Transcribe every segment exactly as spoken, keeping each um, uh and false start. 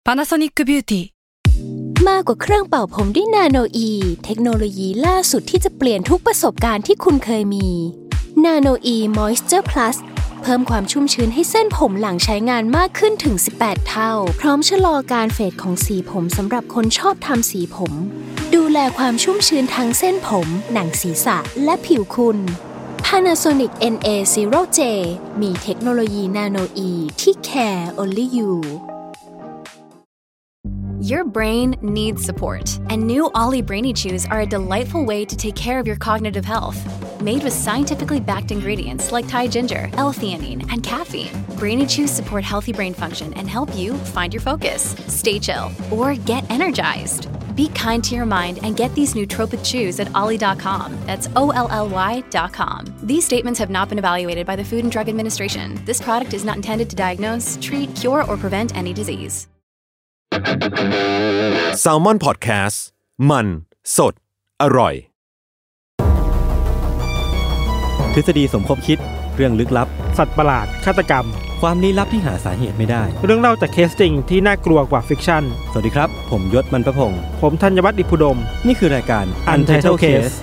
Panasonic Beauty มากกว่าเครื่องเป่าผมด้วยนาโนอีเทคโนโลยีล่าสุดที่จะเปลี่ยนทุกประสบการณ์ที่คุณเคยมีนาโนอีมอยส์เจอร์พลัสเพิ่มความชุ่มชื้นให้เส้นผมหลังใช้งานมากขึ้นถึงสิบแปดเท่าพร้อมชะลอการเฟดของสีผมสำหรับคนชอบทำสีผมดูแลความชุ่มชื้นทั้งเส้นผมหนังศีรษะและผิวคุณ Panasonic เอ็น เอ ศูนย์ เจ มีเทคโนโลยีนาโนอีที่ care only you Your brain needs support, and new Ollie Brainy Chews are a delightful way to take care of your cognitive health. Made with scientifically backed ingredients like Thai ginger, L-theanine, and caffeine, Brainy Chews support healthy brain function and help you find your focus, stay chill, or get energized. Be kind to your mind and get these nootropic chews at ollie dot com. That's O L L Y dot com. These statements have not been evaluated by the Food and Drug Administration. This product is not intended to diagnose, treat, cure, or prevent any disease. Salmon Podcast มันสดอร่อยทฤษฎีสมคบคิดเรื่องลึกลับสัตว์ประหลาดฆาตกรรมความลี้ลับที่หาสาเหตุไม่ได้เรื่องเล่าจากเคสจริงที่น่ากลัวกว่าฟิกชั่นสวัสดีครับผมยศมันประพงษ์ผมธัญวัฒน์อิพุดมนี่คือรายการ Untitled Case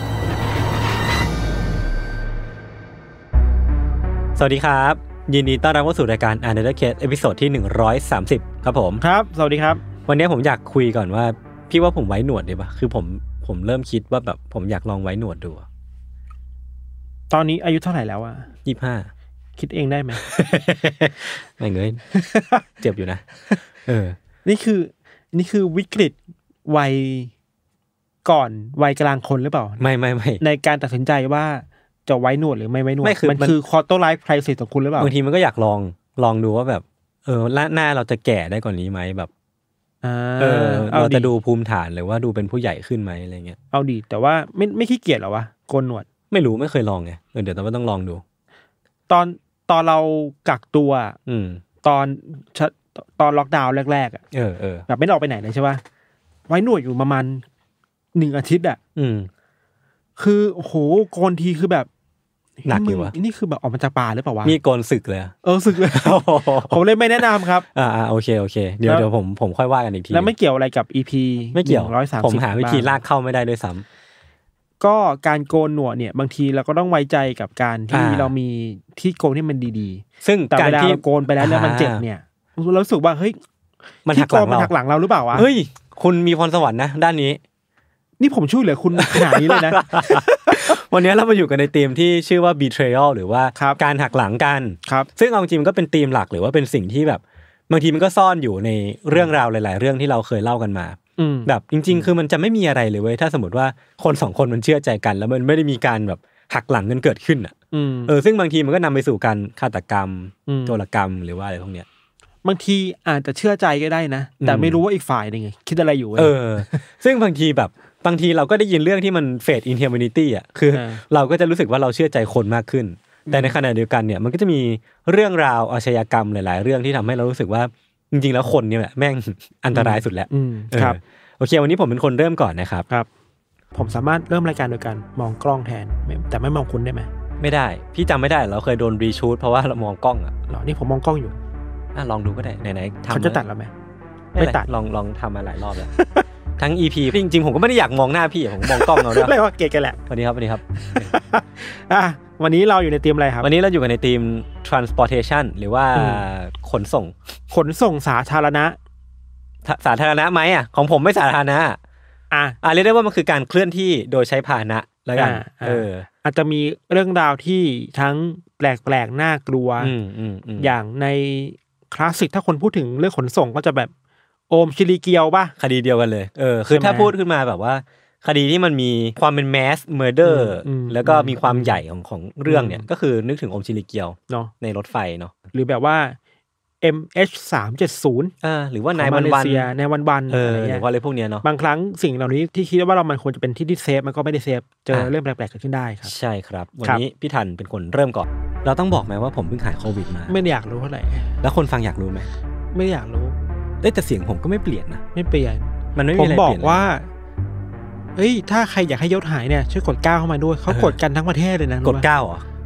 สวัสดีครับยินดีต้อนรับเข้าสู่รายการ Untitled Case เอพิโซดที่หนึ่งร้อยสามสิบครับผมครับสวัสดีครับวันนี้ผมอยากคุยก่อนว่าพี่ว่าผมไว้หนวดดีป่ะคือผมผมเริ่มคิดว่าแบบผมอยากลองไว้หนวดดูตอนนี้อายุเท่าไหร่แล้วอ่ะยี่สิบห้าคิดเองได้ไหมไม่เงย เจ็บอยู่นะเออนี่คือนี่คือวิกฤตวัยก่อนวัยกลางคนหรือเปล่าไม่ไม่ไม่ในการตัดสินใจว่าจะไว้หนวดหรือไม่ไว้หนวดมันคือคอร์โตไลฟ์ไพรซิสของคุณหรือเปล่าบางทีมันก็อยากลองลองดูว่าแบบเออหน้าเราจะแก่ได้กว่านี้ไหมแบบเออเราจะดูภูมิฐานหรือว่าดูเป็นผู้ใหญ่ขึ้นไหมอะไรเงี้ยเอาดีแต่ว่าไม่ไม่ขี้เกียจหรอวะโกนหนวดไม่รู้ไม่เคยลองไงเออเดี๋ยวต้องต้องลองดูตอนตอนเรากักตัวอืมตอนตอนล็อกดาวน์แรกๆอ่ะเออเออแบบไม่ได้ออกไปไหนเลยใช่ป่ะไว้หนวดอยู่ประมาณหนึ่งอาทิตย์อ่ะอืมคือโอ้โหโกนทีคือแบบหนักอยู่วะนี่คือแบบออกมาจากป่าหรือเปล่าวะนี่โกนศึกเลยเออศึกเลยผมเลยไม่แนะนำครับอ่าโอเคโอเคเดี๋ยวเดี๋ยวผมผมค่อยว่ากันอีกทีแล้วไม่เกี่ยวอะไรกับ อี พีไม่เกี่ยวหนึ่งร้อยสามสิบผมหาวิธีลากเข้าไม่ได้ด้วยซ้ำก็การโกนหนวดเนี่ยบางทีเราก็ต้องไว้ใจกับการที่เรามีที่โกนที่มันดีๆซึ่งการที่โกนไปแล้วเนี่ยมันเจ็บเนี่ยเรารู้สึกว่าเฮ้ยมันหักหลังเราหักหลังเราหรือเปล่าวะเฮ้ยคุณมีพรสวรรค์นะด้านนี้นี่ผมช่วยเหลือคุณขนาดนี้เลยนะวันนี้เรามาอยู่กันในธีมที่ชื่อว่า betrayal หรือว่าการหักหลังกันซึ่งเอาจริงมันก็เป็นธีมหลักหรือว่าเป็นสิ่งที่แบบบางทีมันก็ซ่อนอยู่ในเรื่องราวหลายๆเรื่องที่เราเคยเล่ากันมาแบบจริงๆคือมันจะไม่มีอะไรเลยเว้ยถ้าสมมติว่าคนสองคนมันเชื่อใจกันแล้วมันไม่ได้มีการแบบหักหลังกันเกิดขึ้นอ่ะเออซึ่งบางทีมันก็นำไปสู่การฆาตกรรมโจรกรรมหรือว่าอะไรพวกเนี้ยบางทีอาจจะเชื่อใจก็ได้นะแต่ไม่รู้ว่าอีกฝ่ายนึงคิดอะไรอยู่เออซึ่งบางทีแบบบางทีเราก็ได้ยินเรื่องที่มันเฟดอินเทอร์มินิตี้อ่ะคือเราก็จะรู้สึกว่าเราเชื่อใจคนมากขึ้นแต่ในขณะเดียวกันเนี่ยมันก็จะมีเรื่องราวอาชญากรรมหลายๆเรื่องที่ทำให้เรารู้สึกว่าจริงๆแล้วคนเนี่ยแหละแม่งอันตรายสุดแล้วครับโอเควันนี้ผมเป็นคนเริ่มก่อนนะครับครับผมสามารถเริ่มรายการโดยการมองกล้องแทนแต่ไม่มองคุณได้ไหมไม่ได้พี่จำไม่ได้เราเคยโดนรีชูตเพราะว่าเรามองกล้องอ่ะหรอนี่ผมมองกล้องอยู่อ่ะลองดูก็ได้ไหนๆทำเขาจะตัดเราไหมไม่ตัดลองลองทำมาหลายรอบแล้วทั้ง อี พี จริงๆผมก็ไม่ได้อยากมองหน้าพี่ผมมองกล้องเอาด้วยไม่ว่าเกลียดกันแหละสวัสดีครับสวัสดีครับอ่ะวันนี้เราอยู่ในธีมอะไรครับวันนี้เราอยู่กันในธีม transportation หรือว่าขนส่งขนส่งสาธารณะสาธารณะไหมอ่ะของผมไม่สาธารณะอ่ะอ่ะเรียกได้ว่ามันคือการเคลื่อนที่โดยใช้พาหนะแล้วกันเอออาจจะมีเรื่องราวที่ทั้งแปลกๆน่ากลัวอย่างในคลาสสิกถ้าคนพูดถึงเรื่องขนส่งก็จะแบบโอมชิริเกียวป่ะคดีเดียวกันเลยเออคือถ้าพูดขึ้นมาแบบว่าคดีที่มันมีความเป็นแมสเมอร์เดอร์แล้วก็มีความใหญ่ของของเรื่องเนี่ยก็คือนึกถึงโอมชิริเกียวเนาะในรถไฟเนาะหรือแบบว่า เอ็ม เอช สามเจ็ดศูนย์อ่าหรือว่านายวันวันในวันวันอะไรเงี้ยว่าอะไรพวกเนี้ยเนาะบางครั้งสิ่งเหล่านี้ที่คิดว่าเรามันควรจะเป็นที่ที่เซฟมันก็ไม่ได้เซฟเจอเรื่องแปลกๆเกิดขึ้นได้ครับใช่ครับวันนี้พี่ทันเป็นคนเริ่มก่อนเราต้องบอกไหมว่าผมเพิ่งหายโควิดมาไม่อยากรู้เท่าไหร่แล้วคนฟังอยากรู้ไหมไม่อยากรู้แต่เสียงผมก็ไม่เปลี่ยนนะไม่เปลี่ยนมันไม่มีอะไรเปลี่ยนผมบอกว่าเฮ้ยถ้าใครอยากให้ยศหายเนี่ยช่วยกดเก้าเข้ามาด้วยเขากดกันทั้งประเทศเลยนะกดเก้าเหรอ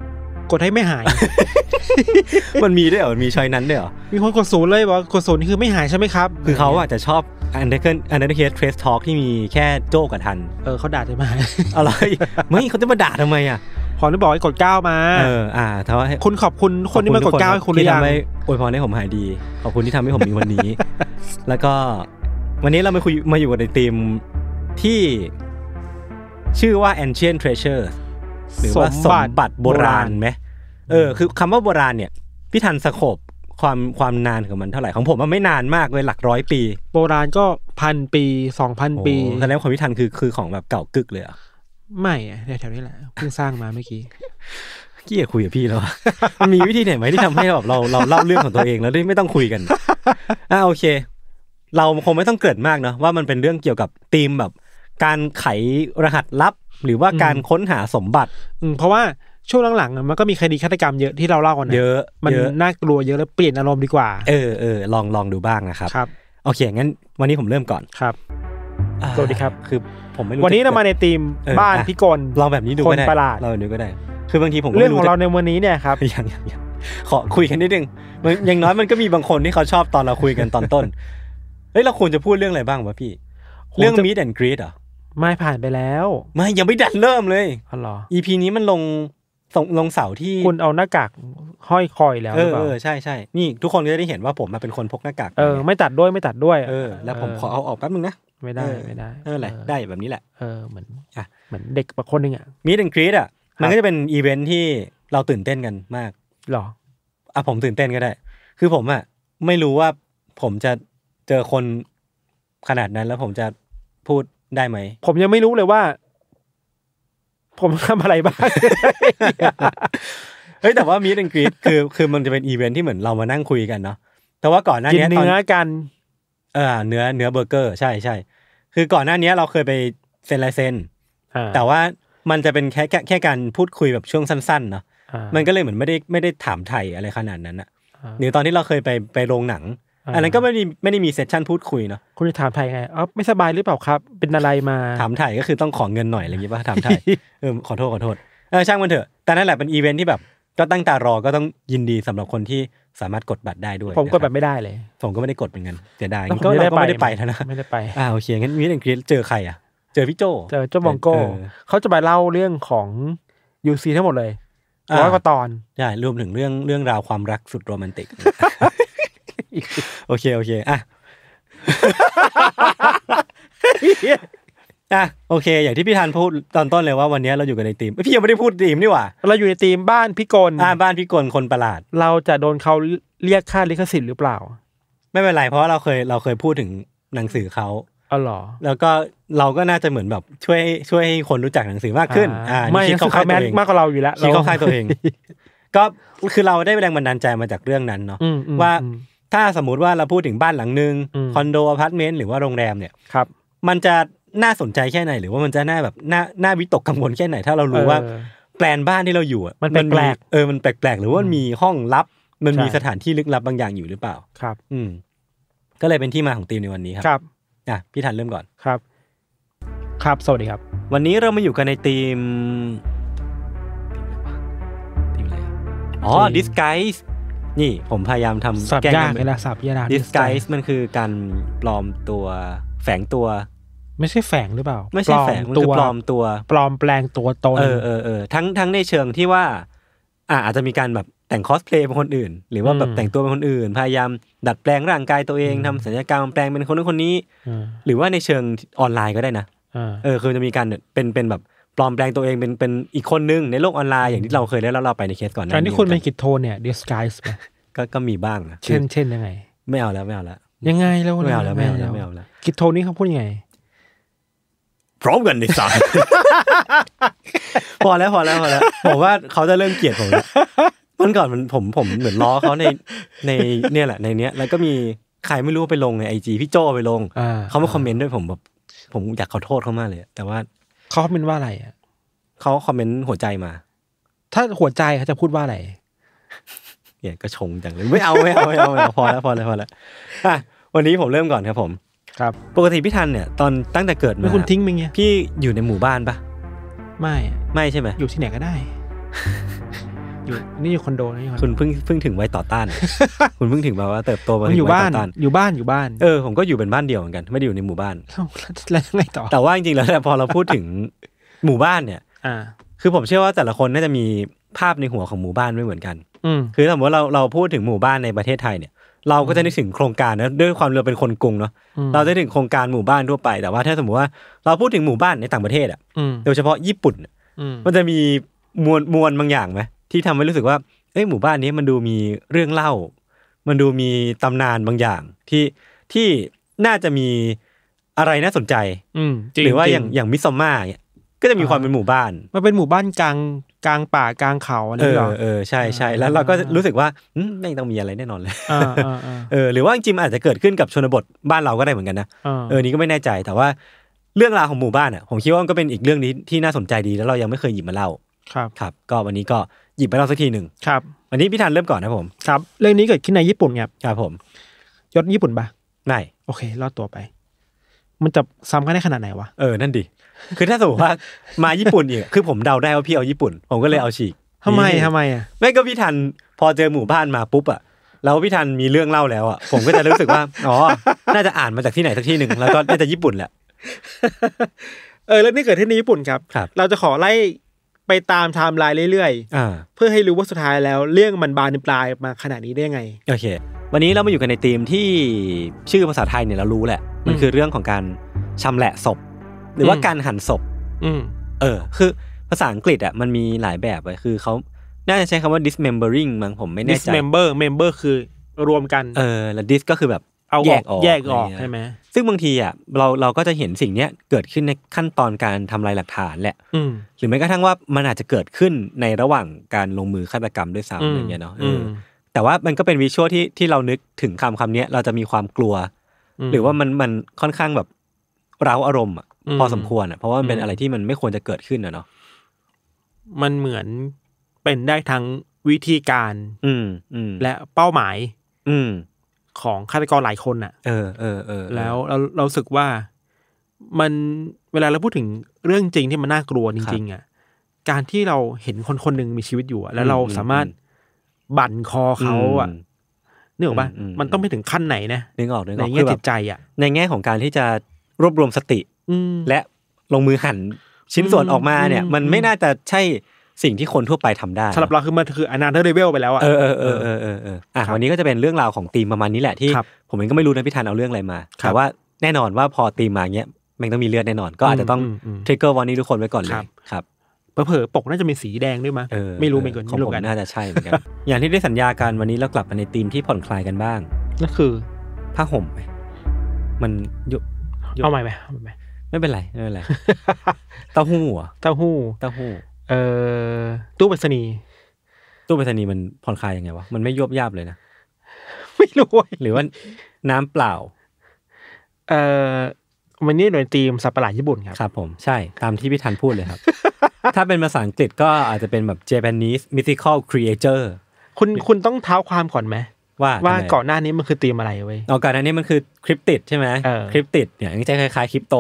กดให้ไม่หายมันมีด้วยเหรอมีช้อยนั้นด้วยเหรอมีคนกดศูนย์เลยบอกกดศูนย์นี่คือไม่หายใช่ไหมครับคือเขาอาจจะชอบอันเดอร์เคิลอันเดอร์เคสเทรสทอล์กที่มีแค่โจ้กับทันเออเขาด่าได้ไหมอะไรไม่เขาจะมาด่าทำไมอ่ะพอที่บอกให้กดเก้ามาเอออ่าถ้าว่าคุณขอบคุณคนที่มากดเก้าให้คุณหรือยังอวยพรให้ผมหายดีขอบคุณที่ทำให้ผมมีวันนี้ แล้วก็วันนี้เรามาคุยมาอยู่กับในทีมที่ชื่อว่า Ancient Treasure หรือว่าสมบัติโบราณไหมเออคือคำว่าโบราณเนี่ยพี่ทันสโคปความความนานของมันเท่าไหร่ของผมมันไม่นานมากเลยหลักร้อยปีโบราณก็พันปีสองพันปีแสดงว่าความพี่ทันคือคือของแบบเก่ากึกเลยอ่ะไม่แถวๆนี้แหละเพิ่งสร้างมาเมื่อกี้กี้อยากคุยกับพี่แล้วมันมีวิธีไหนไหมที่ทำให้แบบเราเราเล่าเรื่องของตัวเองแล้วได้ไม่ต้องคุยกันอ่ะโอเคเราคงไม่ต้องเกริ่นมากเนาะว่ามันเป็นเรื่องเกี่ยวกับธีมแบบการไขรหัสลับหรือว่าการค้นหาสมบัติอืมเพราะว่าช่วงหลังๆมันก็มีคดีฆาตกรรมเยอะที่เราเล่ากันเยอะมันน่ากลัวเยอะแล้วเปลี่ยนอารมณ์ดีกว่าเออเออลองลองดูบ้างนะครับครับโอเคงั้นวันนี้ผมเริ่มก่อนครับสวัสดีครับคือผมไม่รู้วันนี้เรามาในธีมบ้านพิกลลองแบบนี้ดูก็ได้เราดูก็ได้คือบางทีผมเรื่องของเราในวันนี้เนี่ยครับยังยังขอคุยกันนิดนึงอย่างน้อยมันก็มีบางคนที่เขาชอบตอนเราคุยกันตอนต้นเฮ้ยเราควรจะพูดเรื่องอะไรบ้างวะพี่เรื่อง Meet and Greet เหรอไม่ผ่านไปแล้วไม่ยังไม่ดันเริ่มเลยอ๋อเหรออี พี นี้มันลงส่งลงเสาร์ที่คุณเอาหน้ากากห้อยคอยแล้วหรือเปล่าเออใช่ๆนี่ทุกคนก็จะได้เห็นว่าผมมาเป็นคนพกหน้ากากเออไม่ตัดด้วยไม่ตัดด้วยเออแล้วผมขอเอาออกแป๊บนึงนะไม่ได้ไม่ได้เออแหละได้แบบนี้แหละเออเหมือนอ่ะเหมือนเด็กบางคนนึงอ่ะ Meet and Greet อ่ะมันก็จะเป็นอีเวนท์ที่เราตื่นเต้นกันมากหรออ่ะผมตื่นเต้นก็ได้คือผมอ่ะไม่รู้ว่าผมจะเจอคนขนาดนั้นแล้วผมจะพูดได้ไหมผมยังไม่รู้เลยว่าผมทำอะไรบ้างเฮ้ยแต่ว่า Meet and Greet คือคือมันจะเป็นอีเวนท์ที่เหมือนเรามานั่งคุยกันเนาะแต่ว่าก่อนหน้านี้กินเนื้อกันเออเนื้อเนื้อเบอร์เกอร์ใช่ใช่คือก่อนหน้านี้เราเคยไปเซ็นลายเซ็นแต่ว่ามันจะเป็นแค่แค่แค่การพูดคุยแบบช่วงสั้นๆเนาะมันก็เลยเหมือนไม่ได้ไม่ได้ถามไถ่อะไรขนาดนั้นอะหรือตอนที่เราเคยไปไปโรงหนังอันนั้นก็ไม่ได้ไม่ได้มีเซสชั่นพูดคุยเนาะคุณจะถามไถ่ไงอ๋อไม่สบายหรือเปล่าครับเป็นอะไรมาถามไถ่ก็คือต้องขอเงินหน่อยอะไรอย่างงี้ป่ะถามไถ่เออขอโทษขอโทษเออช่างมันเถอะแต่นั่นแหละเป็นอีเวนท์ที่แบบก็ตั้งตารอก็ต้องยินดีสำหรับคนที่สามารถกดบัตรได้ด้วยผมกดบัตรไม่ได้เลยผมก็ไม่ได้กดเหมือนกันเสียดายก็เราก็ไม่ได้ไปแล้วนะไม่ได้ไปอ่าโอเคงั้นMeet and Greetเจอใครอ่ะเจอพี่โจเจอเจ้าบองโก้เขาจะมาเล่าเรื่องของ ยู ซี ทั้งหมดเลยร้อยกว่าตอนใช่รวมถึงเรื่องเรื่องราวความรักสุดโรแมนติกโอเคโอเคอ่ะอ่ะโอเคอย่างที่พี่ธันพูดตอนต้นเลยว่าวันนี้เราอยู่กันในทีมพี่ยังไม่ได้พูดทีมนี่หว่าเราอยู่ในทีมบ้านพิกลอ่าบ้านพิกลคนประหลาดเราจะโดนเขาเรียกค่าลิขสิทธิ์หรือเปล่าไม่เป็นไรเพราะว่าเราเคยเราเคยพูดถึงหนังสือเขาอ๋อเหรอแล้วก็เราก็น่าจะเหมือนแบบช่วยช่วยให้คนรู้จักหนังสือมากขึ้นอ่าไม่คิดเขาค่ายตัวเองมากกว่าเราอยู่แล้วคิดเขาค่ายตัวเองก็คือเราได้แรงบันดาลใจมาจากเรื่องนั้นเนาะว่าถ้าสมมุติว่าเราพูดถึงบ้านหลังนึงคอนโดอพาร์ตเมนต์หรือว่าโรงแรมเนี่ยครับมันจะน่าสนใจแค่ไหนหรือว่ามันจะน่าแบบน่าน่าวิตกกังวลแค่ไหนถ้าเรารู้ว่าแปลนบ้านที่เราอยู่อ่ะมันแปลกเออมันแปลกๆหรือว่ามันมีห้องลับมันมีสถานที่ลึกลับบางอย่างอยู่หรือเปล่าครับอืมก็เลยเป็นที่มาของธีมในวันนี้ครับครับอ่ะพี่ทันเริ่มก่อนครับครับสวัสดีครับวันนี้เรามาอยู่กันในธีมธีมอะไรอ๋อ disguise นี่ผมพยายามทำแก้ยากเลยนะสับยาก disguise มันคือการปลอมตัวแฝงตัวไม่ใช่แฝงหรือเปล่าไม่ใช่แฝงมันคือปลอมตัวปลอมแปลงตัวตนเออเออเออทั้งทั้งในเชิงที่ว่าอ่าอาจจะมีการแบบแต่งคอสเพลย์เป็นคนอื่นหรือว่าแบบแต่งตัวเป็นคนอื่นพยายามดัดแปลงร่างกายตัวเองทำศัลยกรรมแปลงเป็นคนนั้นคนนี้หรือว่าในเชิงออนไลน์ก็ได้นะเออคือจะมีการเป็นเป็นแบบปลอมแปลงตัวเองเป็นเป็นอีกคนนึงในโลกออนไลน์อย่างที่เราเคยได้เล่าเราไปในเคสก่อนนั้นการที่คุณเป็นกิจโทนเนี่ย disguise ป่ะก็ก็มีบ้างนะเช่นเช่นยังไงไม่เอาแล้วไม่เอาแล้วยังไงแล้วไม่เอาแล้วไม่เอาแล้วไม่เอาแล้วกิจโทนนี่เขาพูดยังไงพร้อมกันในสายพอแล้วพอแล้วพอแล้วผมว่าเขาจะเริ่มเกลียดผมแล้ววันก่อนมันผมผมเหมือนล้อเขาในในเนี่ยแหละในเนี้ยแล้วก็มีใครไม่รู้ไปลงใน ไอ จี พี่โจไปลงเขามาคอมเมนต์ด้วยผมแบบผมอยากขอโทษเขามากเลยแต่ว่าเขาคอมเมนต์ว่าอะไรอ่ะเขาคอมเมนต์หัวใจมาถ้าหัวใจเขาจะพูดว่าอะไรเนี่ยก็ชงจังเลยไม่เอาไม่เอาไม่เอาพอแล้วพอแล้วพอแล้วอ่ะวันนี้ผมเริ่มก่อนครับผมครับปกติพี่ทันเนี่ยตอนตั้งแต่เกิดมาไม่คุณทิ้งมึงไงพี่อยู่ในหมู่บ้านปะไม่ไม่ใช่ไหมอยู่ที่ไหนก็ได้อยู่นี่อยู่คอนโดนี่คุณเพิ่งเพิ่งถึงวัยต่อต้าน คุณเพิ่งถึงแบบว่าเติบโตมาอยู่บ้านอยู่บ้านอยู่บ้านเออผมก็อยู่เป็นบ้านเดี่ยวเหมือนกันไม่ได้อยู่ในหมู่บ้านแล้วไงต่อแต่ว่าจริงๆแล้วพอเราพูดถึงหมู่บ้านเนี่ยอ่าคือผมเชื่อว่าแต่ละคนน่าจะมีภาพในหัวของหมู่บ้านไม่เหมือนกันคือสมมติว่าเราเราพูดถึงหมู่บ้านในประเทศไทยเนี่ยเราก็จะนึกถึงโครงการนะด้วยความเราเป็นคนกรุงเนาะเราจะนึกถึงโครงการหมู่บ้านทั่วไปแต่ว่าถ้าสมมติว่าเราพูดถึงหมู่บ้านในต่างประเทศอ่ะโดยเฉพาะญี่ปุ่นมันจะมีมวลมวลบางอย่างไหมที่ทำให้รู้สึกว่าเอ้ยหมู่บ้านนี้มันดูมีเรื่องเล่ามันดูมีตำนานบางอย่างที่ที่น่าจะมีอะไรน่าสนใจหรือว่าอย่างอย่างมิซอมม่าเนี่ยก็จะมีความเป็นหมู่บ้านมันเป็นหมู่บ้านกลางกลางป่ากลางเขาอะไรอย่างเงี้ยเออใช่ใช่แล้วเราก็รู้สึกว่าไม่ต้องมีอะไรแน่นอนเลยเออหรือว่าจริงๆอาจจะเกิดขึ้นกับชนบทบ้านเราก็ได้เหมือนกันนะเออนี่ก็ไม่แน่ใจแต่ว่าเรื่องราวของหมู่บ้านอ่ะผมคิดว่ามันก็เป็นอีกเรื่องนี้ที่น่าสนใจดีแล้วเรายังไม่เคยหยิบมาเล่าครับครับก็วันนี้ก็หยิบมาเล่าสักทีหนึ่งครับวันนี้พี่ธันเริ่มก่อนนะผมครับเรื่องนี้เกิดขึ้นในญี่ปุ่นครับครับผมยศญี่ปุ่นปะไม่โอเครอดตัวไปมันจะซ้ำกันได้ขนาดไหนวะเออนั่นดิคือถ้าสมมติว่ามาญี่ปุ่นอีกคือผมเดาได้ว่าพี่เอาญี่ปุ่นผมก็เลยเอาฉีกทำไมทำไมอ่ะไม่ก็พี่ธันพอเจอหมู่บ้านมาปุ๊บอ่ะแล้วพี่ธันมีเรื่องเล่าแล้วอ่ะผมก็จะรู้สึกว่าอ๋อน่าจะอ่านมาจากที่ไหนสักที่หนึ่งแล้วก็น่าจะญี่ปุ่นแหละเออเรื่องนี้เกิดที่ในญี่ปุ่นครับเราจะขอไล่ไปตามไทม์ไลน์เรื่อยๆเพื่อให้รู้ว่าสุดท้ายแล้วเรื่องมันบานปลายมาขนาดนี้ได้ไงโอเควันนี้เรามาอยู่กันในธีมที่ชื่อภาษาไทยเนี่ยเรารู้แหละมันคือเรื่องของการชำแหละศพหรือว่าการหั่นศพเออคือภาษาอังกฤษอ่ะมันมีหลายแบบเลยคือเขาน่าจะใช้คำว่า dismembering มั้งผมไม่แน่ใจ dismember member คือรวมกันเออแล้ว dis ก็คือแบบเอาแยกออกแยกออกใช่ไหมซึ่งบางทีอ่ะเราเราก็จะเห็นสิ่งเนี้ยเกิดขึ้นในขั้นตอนการทำลายหลักฐานแหละหรือแม้กระทั่งว่ามันอาจจะเกิดขึ้นในระหว่างการลงมือฆาตกรรมด้วยซ้ำอย่างเงี้ยเนาะแต่ว่ามันก็เป็นวิชวลที่ที่เรานึกถึงคำคำนี้เราจะมีความกลัวหรือว่ามันมันค่อนข้างแบบเร้าอารมณ์อ่ะพอสมควรอ่ะเพราะว่ามันเป็นอะไรที่มันไม่ควรจะเกิดขึ้นอ่ะเนาะมันเหมือนเป็นได้ทั้งวิธีการอืมอืมและเป้าหมายอืมของฆาตกรหลายคนอ่ะเออเออเออแล้วเราเราสึกว่ามันเวลาเราพูดถึงเรื่องจริงที่มันน่ากลัวจริงๆอ่ะการที่เราเห็นคนคนหนึ่งมีชีวิตอยู่แล้วเราสามารถบั่นคอเขาอ่ะนึกออกป่ะมันต้องไปถึงขั้นไหนนะนึกออกนึกออกในแง่จิตใจอ่ะในแง่ของการที่จะรวบรวมสติและลงมือหั่นชิ้นส่วนออกมาเนี่ยมันไม่น่าจะใช่สิ่งที่คนทั่วไปทำได้สำหรับเราคือมันคือ another level ไปแล้วอ่ะเออเออเออเออเออเอออ่ะวันนี้ก็จะเป็นเรื่องราวของธีมประมาณนี้แหละที่ผมเองก็ไม่รู้นะพี่ธันเอาเรื่องอะไรมาแต่ว่าแน่นอนว่าพอธีมมาเงี้ยมันต้องมีเลือดแน่นอนก็อาจจะต้อง trigger warning ทุกคนไว้ก่อนเลยครับเผลอๆปกน่าจะมีสีแดงด้วยมั้ยไม่รู้เหมือนกันของผมน่าจะใช่เหมือนกันอย่างที่ได้สัญญากันวันนี้เรากลับมาในธีมที่ผ่อนคลายกันบ้างนั่นคือผ้าห่มมันเอาใหม่มั้ยเอาใหม่ไม่เป็นไรไม่เป็นไรเต้าหู้อ่ะเต้าหู้เต้าหู้เอ่อตู้ไปรษณีย์ตู้ไปรษณีย์มันผ่อนคลายยังไงวะมันไม่ยวบยาบเลยนะไม่รู้หรือว่าน้ำเปล่าเอ่อวันนี้โดยธีมสัตว์ประหลาดญี่ปุ่นครับครับผมใช่ตามที่พี่ธันพูดเลยครับ ถ้าเป็นภาษาอังกฤษก็อาจจะเป็นแบบ Japanese mythical creature คุณคุณต้องเท้าความก่อนไหมว่าว่าก่อนหน้านี้มันคือธีมอะไรเว้ยอ๋อก่อนหน้านี้มันคือคริปติดใช่ไหมคริปติดเนี่ยมันจะคล้ายๆคริปโต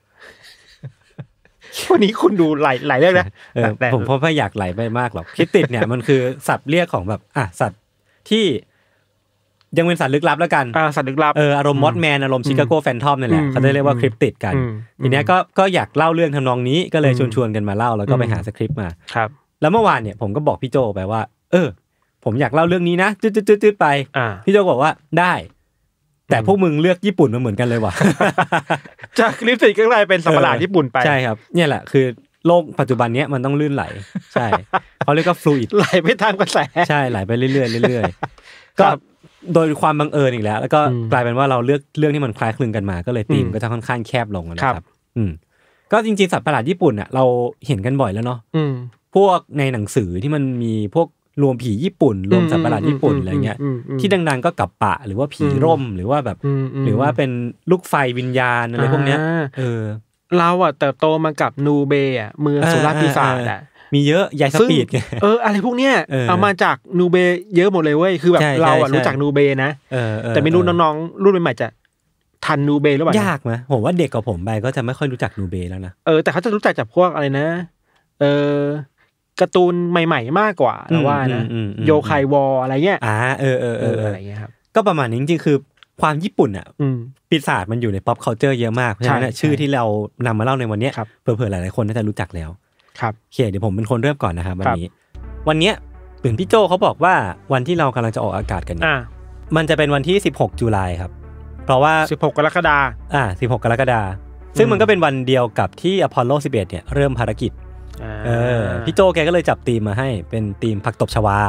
วันนี้คุณดูหลายหลายเรื่องนะผมเพราะไม่อยากไหลไปมากหรอกคริปติดเนี่ยมันคือศัพท์เรียกของแบบอ่ะสัตว์ที่ยังเป็นสัตว์ลึกลับแล้วกันอ่าสัตว์ลึกลับเอออารมณ์มอสแมนอารมณ์ชิคาโกแฟนทอมนั่นแหละเขาจะเรียกว่าคริปติดกันทีเนี้ยก็ก็อยากเล่าเรื่องทำนองนี้ก็เลยชวนๆกันมาเล่าแล้วก็ไปหาสคริปต์มาครับแล้วเมื่อวานเนี่ยผมก็บอกพี่โจไปว่าเออผมอยากเล่าเรื่องนี้นะจืดๆๆไปพี่โจบอกว่าได้แต่พวกมึงเลือกญี่ปุ่นมาเหมือนกันเลยว่ะจากคลิปติดก็กลายเป็นสัตว์ประหลาดญี่ปุ่นไปใช่ครับเนี่ยแหละคือโลกปัจจุบันเนี้ยมันต้องลื่นไหลใช่เขาเรียกว่าฟลูอิดไหลไปตามกระแสใช่ไหลไปเรื่อยๆเรื่อยๆก็โดยความบังเอิญอีกแล้วแล้วก็กลายเป็นว่าเราเลือกเรื่องที่มันคล้ายคลึงกันมาก็เลยธีมก็จะค่อนข้างแคบลงนะครับอืมก็จริงๆสัตว์ประหลาดญี่ปุ่นอ่ะเราเห็นกันบ่อยแล้วเนาะพวกในหนังสือที่มันมีพวกรวมผีญี่ปุ่นรวมสัตว์ประหลาดญี่ปุ่นอะไรเงี้ยที่ดังๆก็กับปะหรือว่าผีร่มหรือว่าแบบหรือว่าเป็นลูกไฟวิญญาณอะไรพวกเนี้ยเออเราอ่ะเติบโตมากับนูเบะอ่ะมือสุราปีศาจอ่ะมีเยอะยายสปีดไงเอออะไรพวกเนี้ยเอามาจากนูเบะเยอะหมดเลยเว้ยคือแบบเราอ่ะรู้จักนูเบะนะแต่ไม่รู้น้องๆรุ่นใหม่ๆจะทันนูเบะหรือเปล่ายากมั้ยผมว่าเด็กกว่าผมไปก็จะไม่ค่อยรู้จักนูเบะแล้วนะเออแต่เขาจะรู้จักจากพวกอะไรนะเออการ์ตูนใหม่ๆมากกว่าเราว่านะโยไควออะไรเงี้ยอ่าเออเออเอออะไรเงี้ยครับก็ประมาณนี้จริงๆคือความญี่ปุ่นอ่ะปีศาจมันอยู่ใน pop culture เยอะมากเพราะฉะนั้นชื่อที่เรานำมาเล่าในวันนี้เผื่อๆหลายๆคนน่าจะรู้จักแล้วครับโอเคเดี๋ยวผมเป็นคนเริ่มก่อนนะครับวันนี้วันเนี้ยเหมือนพี่โจเขาบอกว่าวันที่เรากำลังจะออกอากาศกันเนี่ยมันจะเป็นวันที่สิบหกตุลาครับเพราะว่าสิบหกกรกฎาคมอ่าสิบหกกรกฎาคมซึ่งมันก็เป็นวันเดียวกับที่อพอลโลสิบเอ็ดเนี่ยเริ่มภารกิจเออพี่โจแกก็เลยจับธีมมาให้เป็นธีมผักตบชวา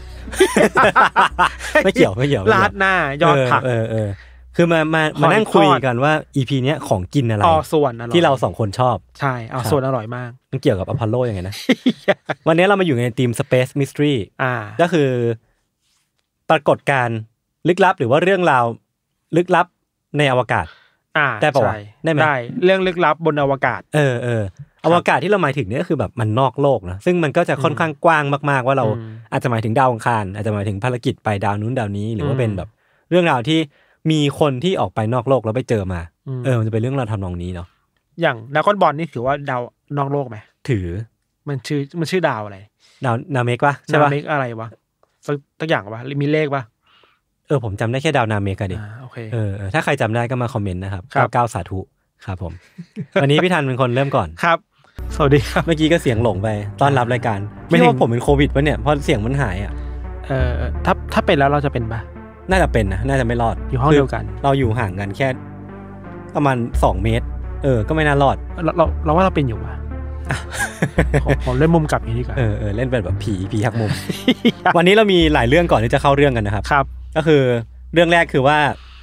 ไม่เกี่ยวไม่เกี่ยวลาดหน้ายอดผักเออเออคือมามามานั่งคุยกันว่า อี พี เนี้ยของกินอะไรอ๋อส่วนอร่อยที่เราสองคนชอบใช่อ๋อส่วนอร่อยมากมันเกี่ยวกับอพอลโลยังไงนะ วันนี้เรามาอยู่ในธีม Space Mystery อ่าก็คือปรากฏการณ์ลึกลับหรือว่าเรื่องราวลึกลับในอวกาศอ่าได้ป่ะได้มั้ยได้เรื่องลึกลับบนอวกาศเออเอออวกาศที่เราหมายถึงเนี่ยก็คือแบบมันนอกโลกนะซึ่งมันก็จะค่อนข้างกว้างมากๆว่าเราอาจจะหมายถึงดาวอังคารอาจจะหมายถึงภารกิจไปดาวนู้นดาวนี้หรือว่าเป็นแบบเรื่องราวที่มีคนที่ออกไปนอกโลกแล้วไปเจอมาเออมันจะเป็นเรื่องราวทำนองนี้เนาะอย่างดราก้อนบอลนี่ถือว่าดาวนอกโลกไหมถือมันชื่อมันชื่อดาวอะไรดาวนาเมกวะใช่ป่ะนาเมกอะไรวะสักสักอย่างวะมีเลขป่ะเออผมจำได้แค่ดาวนาเมกอะดิเออถ้าใครจำได้ก็มาคอมเมนต์นะครับเก้าเก้าสาธุครับผมวันนี้พี่ทันเป็นคนเริ่มก่อนครับสวัสดีครับเมื่อกี้ก็เสียงหลงไปต้อนรับรายการไม่รู้ว่าผมเป็นโควิดป่ะเนี่ยเพราะเสียงมันหายอ่ะเออถ้าถ้าเป็นแล้วเราจะเป็นป่ะน่าจะเป็นนะน่าจะไม่รอดอยู่ห้องเดียวกันเราอยู่ห่างกันแค่ประมาณสองเมตรเออก็ไม่น่ารอดเราเราเราว่าเราเป็นอยู่ว่ะผมเล่นมุมกลับอย่างนี้ก่อนเออเออเล่นเป็นแบบผีผีหักมุม วันนี้เรามีหลายเรื่องก่อนที่จะเข้าเรื่องกันนะครับครับก็คือเรื่องแรกคือว่า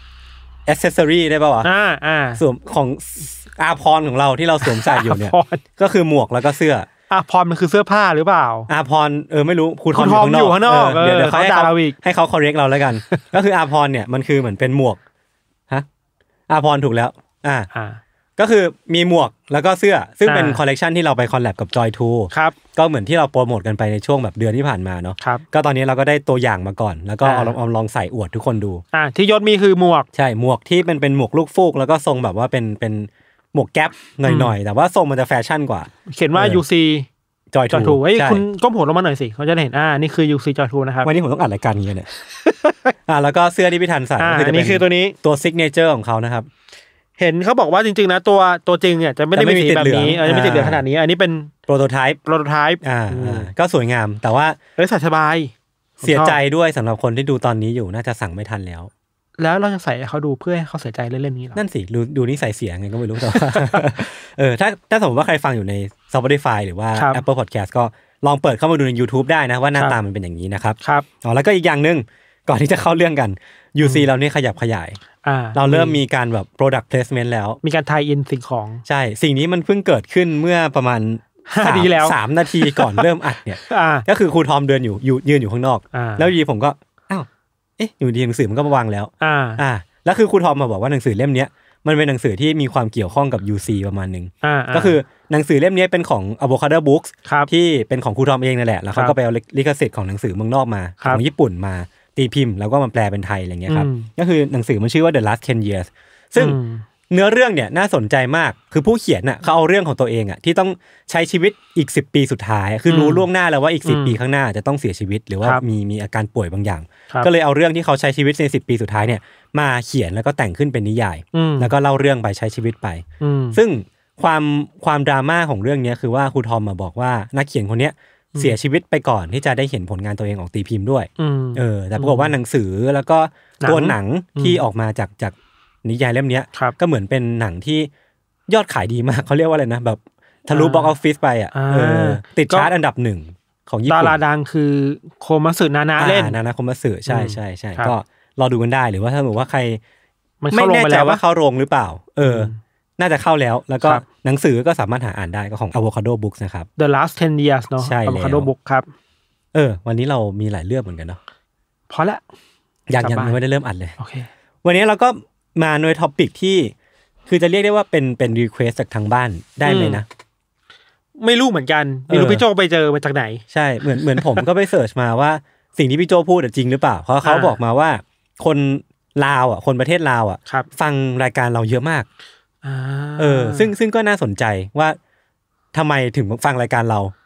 accessory ได้ป่าววะอ่าอ่าสวมของอาภรณ์ของเราที่เราสวมใส่อยู่เนี่ยก็คือหมวกแล้วก็เสื้ออาภรณ์มันคือเสื้อผ้าหรือเปล่าอาภรณ์เออไม่รู้ครูทอมอยู่ข้างนอกเดี๋ยวเดี๋ยวเขาให้เขาให้เขา correct เราแล้วกันก็คืออาภรณ์เนี่ยมันคือเหมือนเป็นหมวกฮะอาภรณ์ถูกแล้วอ่าก็คือมีหมวกแล้วก็เสื้อซึ่งเป็นคอลเลกชันที่เราไปคอลแลบกับ Joy ทูครับก็เหมือนที่เราโปรโมทกันไปในช่วงแบบเดือนที่ผ่านมาเนาะก็ตอนนี้เราก็ได้ตัวอย่างมาก่อนแล้วก็เอาลองเอาลองใส่อวดทุกคนดูอ่าที่ยศมีคือหมวกใช่หมวกที่เป็นเป็นหมวกลูกฟูกแล้วก็ทรงแบบว่าเป็นเป็นหมวกแก๊ปหน่อยๆแต่ว่าทรงมันจะแฟชั่นกว่าเขียนว่า ยู ซี Joy ทูเฮ้ยคุณก้มหัวลงมาหน่อยสิเขาจะได้เห็นอ่านี่คือ ยู ซี Joy ทู นะครับวันนี้ผมต้องอัดรายการนี้เนี่ยอ่าแล้วก็เสื้อที่พี่ทันใส่ก็คือตัวนี้ตัวซิกเนเจอร์ของเขานะครับเห็นเขาบอกว่าจริงๆนะตัวตัวจริงเนี่ยจะไม่ได้มีสีแบบนี้จะไม่ติดเหลืองขนาดนี้อันนี้เป็นโปรโตไทป์โปรโตไทป์อ่าก็สวยงามแต่ว่าเฮ้ยใส่สบายเสียใจด้วยสำหรับคนที่ดูตอนนี้อยู่น่าจะสั่งไม่ทันแล้วแล้วเราจะใส่เขาดูเพื่อให้เขาเสียใจเล่นๆนี้หรอนั่นสิดูดูนิสัยเสียไงก็ไม่รู้แต่ว่าเออถ้าถ้าสมมติว่าใครฟังอยู่ใน Spotify หรือว่า Apple Podcast ก็ลองเปิดเข้ามาดูใน YouTube ได้นะว่าหน้าตามันเป็นอย่างนี้นะครับครับอ๋อแล้วก็อีกอย่างนึงก่อนที่จะเข้าเรื่องกัน ยู ซี เราเนี่ยขยับขยายเราเริ่มมีการแบบ product placement แล้วมีการไทยอินสิ่งของใช่สิ่งนี้มันเพิ่งเกิดขึ้นเมื่อประมาณห้านาทีแล้วสามนาทีก่อนเริ่มอัดเนี่ยก็คือครูทอมเดินอยู่ยืนอยู่ข้างนอกแล้วอยู่ดีผมก็อ้าวเอ๊ะอยู่ดีหนังสือมันก็มาวางแล้วอ่าอ่าแล้วคือครูทอมมาบอกว่าหนังสือเล่มนี้มันเป็นหนังสือที่มีความเกี่ยวข้องกับ ยู ซี ประมาณนึงก็คือหนังสือเล่มนี้เป็นของ Avocado Books ที่เป็นของครูทอมเองนั่นแหละแล้วเขาก็ไปเอาลิขสิทธิ์ของหนังสือเมืองนอกมาของญี่ปุ่นมาตีพิมพ์แล้วก็มาแปลเป็นไทยอะไรเงี้ยครับก็คือหนังสือมันชื่อว่า The Last สิบ years ซึ่งเนื้อเรื่องเนี่ยน่าสนใจมากคือผู้เขียนน่ะเขาเอาเรื่องของตัวเองอ่ะที่ต้องใช้ชีวิตอีกสิบปีสุดท้ายคือรู้ล่วงหน้าแล้วว่าอีกสิบปีข้างหน้าจะต้องเสียชีวิตหรือว่ามีมีอาการป่วยบางอย่างก็เลยเอาเรื่องที่เขาใช้ชีวิตในสิบปีสุดท้ายเนี่ยมาเขียนแล้วก็แต่งขึ้นเป็นนิยายแล้วก็เล่าเรื่องไปใช้ชีวิตไปซึ่งความความดราม่าของเรื่องนี้คือว่าครูทอมมาบอกว่านักเขียนคนนี้เสียชีวิตไปก่อนที่จะได้เห็นผลงานตัวเองออกตีพิมพ์ด้วยเออแต่ปรากฏว่าหนังสือแล้วก็ตัวหนังที่ออกมาจากจากนิยายเล่มนี้ก็เหมือนเป็นหนังที่ยอดขายดีมากเขาเรียกว่าอะไรนะแบบทะลุบ็อกซ์ออฟฟิศไปอ่ะเออติดชาร์ตอันดับหนึ่งของญี่ปุ่นดาราดังคือโคมัสึนานะเล่นนานะโคมัสึใช่ใช่ใช่ก็รอดูกันได้หรือว่าถ้าสมมติว่าใครไม่แน่ใจว่าเข้าโรงหรือเปล่าเออน่าจะเข้าแล้วแล้วก็หนังสือก็สามารถหาอ่านได้ก็ของ Avocado Books นะครับ The Last สิบ years เนาะ Avocado Book ครับเออวันนี้เรามีหลายเรื่องเหมือนกันเนาะพอละยังยังไม่ได้เริ่มอัดเลยโอเควันนี้เราก็มาในท็อปิกที่คือจะเรียกได้ว่าเป็นเป็นรีเควสจากทางบ้านได้ไหมนะไม่รู้เหมือนกันไม่รู้พี่โจไปเจอมาจากไหนใช่เหมือนเหมือนผมก็ไปเสิร์ชมาว่าสิ่งที่พี่โจพูดจริงหรือเปล่าเพราะเขาบอกมาว่าคนลาวอ่ะคนประเทศลาวอ่ะฟังรายการเราเยอะมากเออซึ่งซึ่งก็น่าสนใจว่าทำไมถึงฟังรายการเรา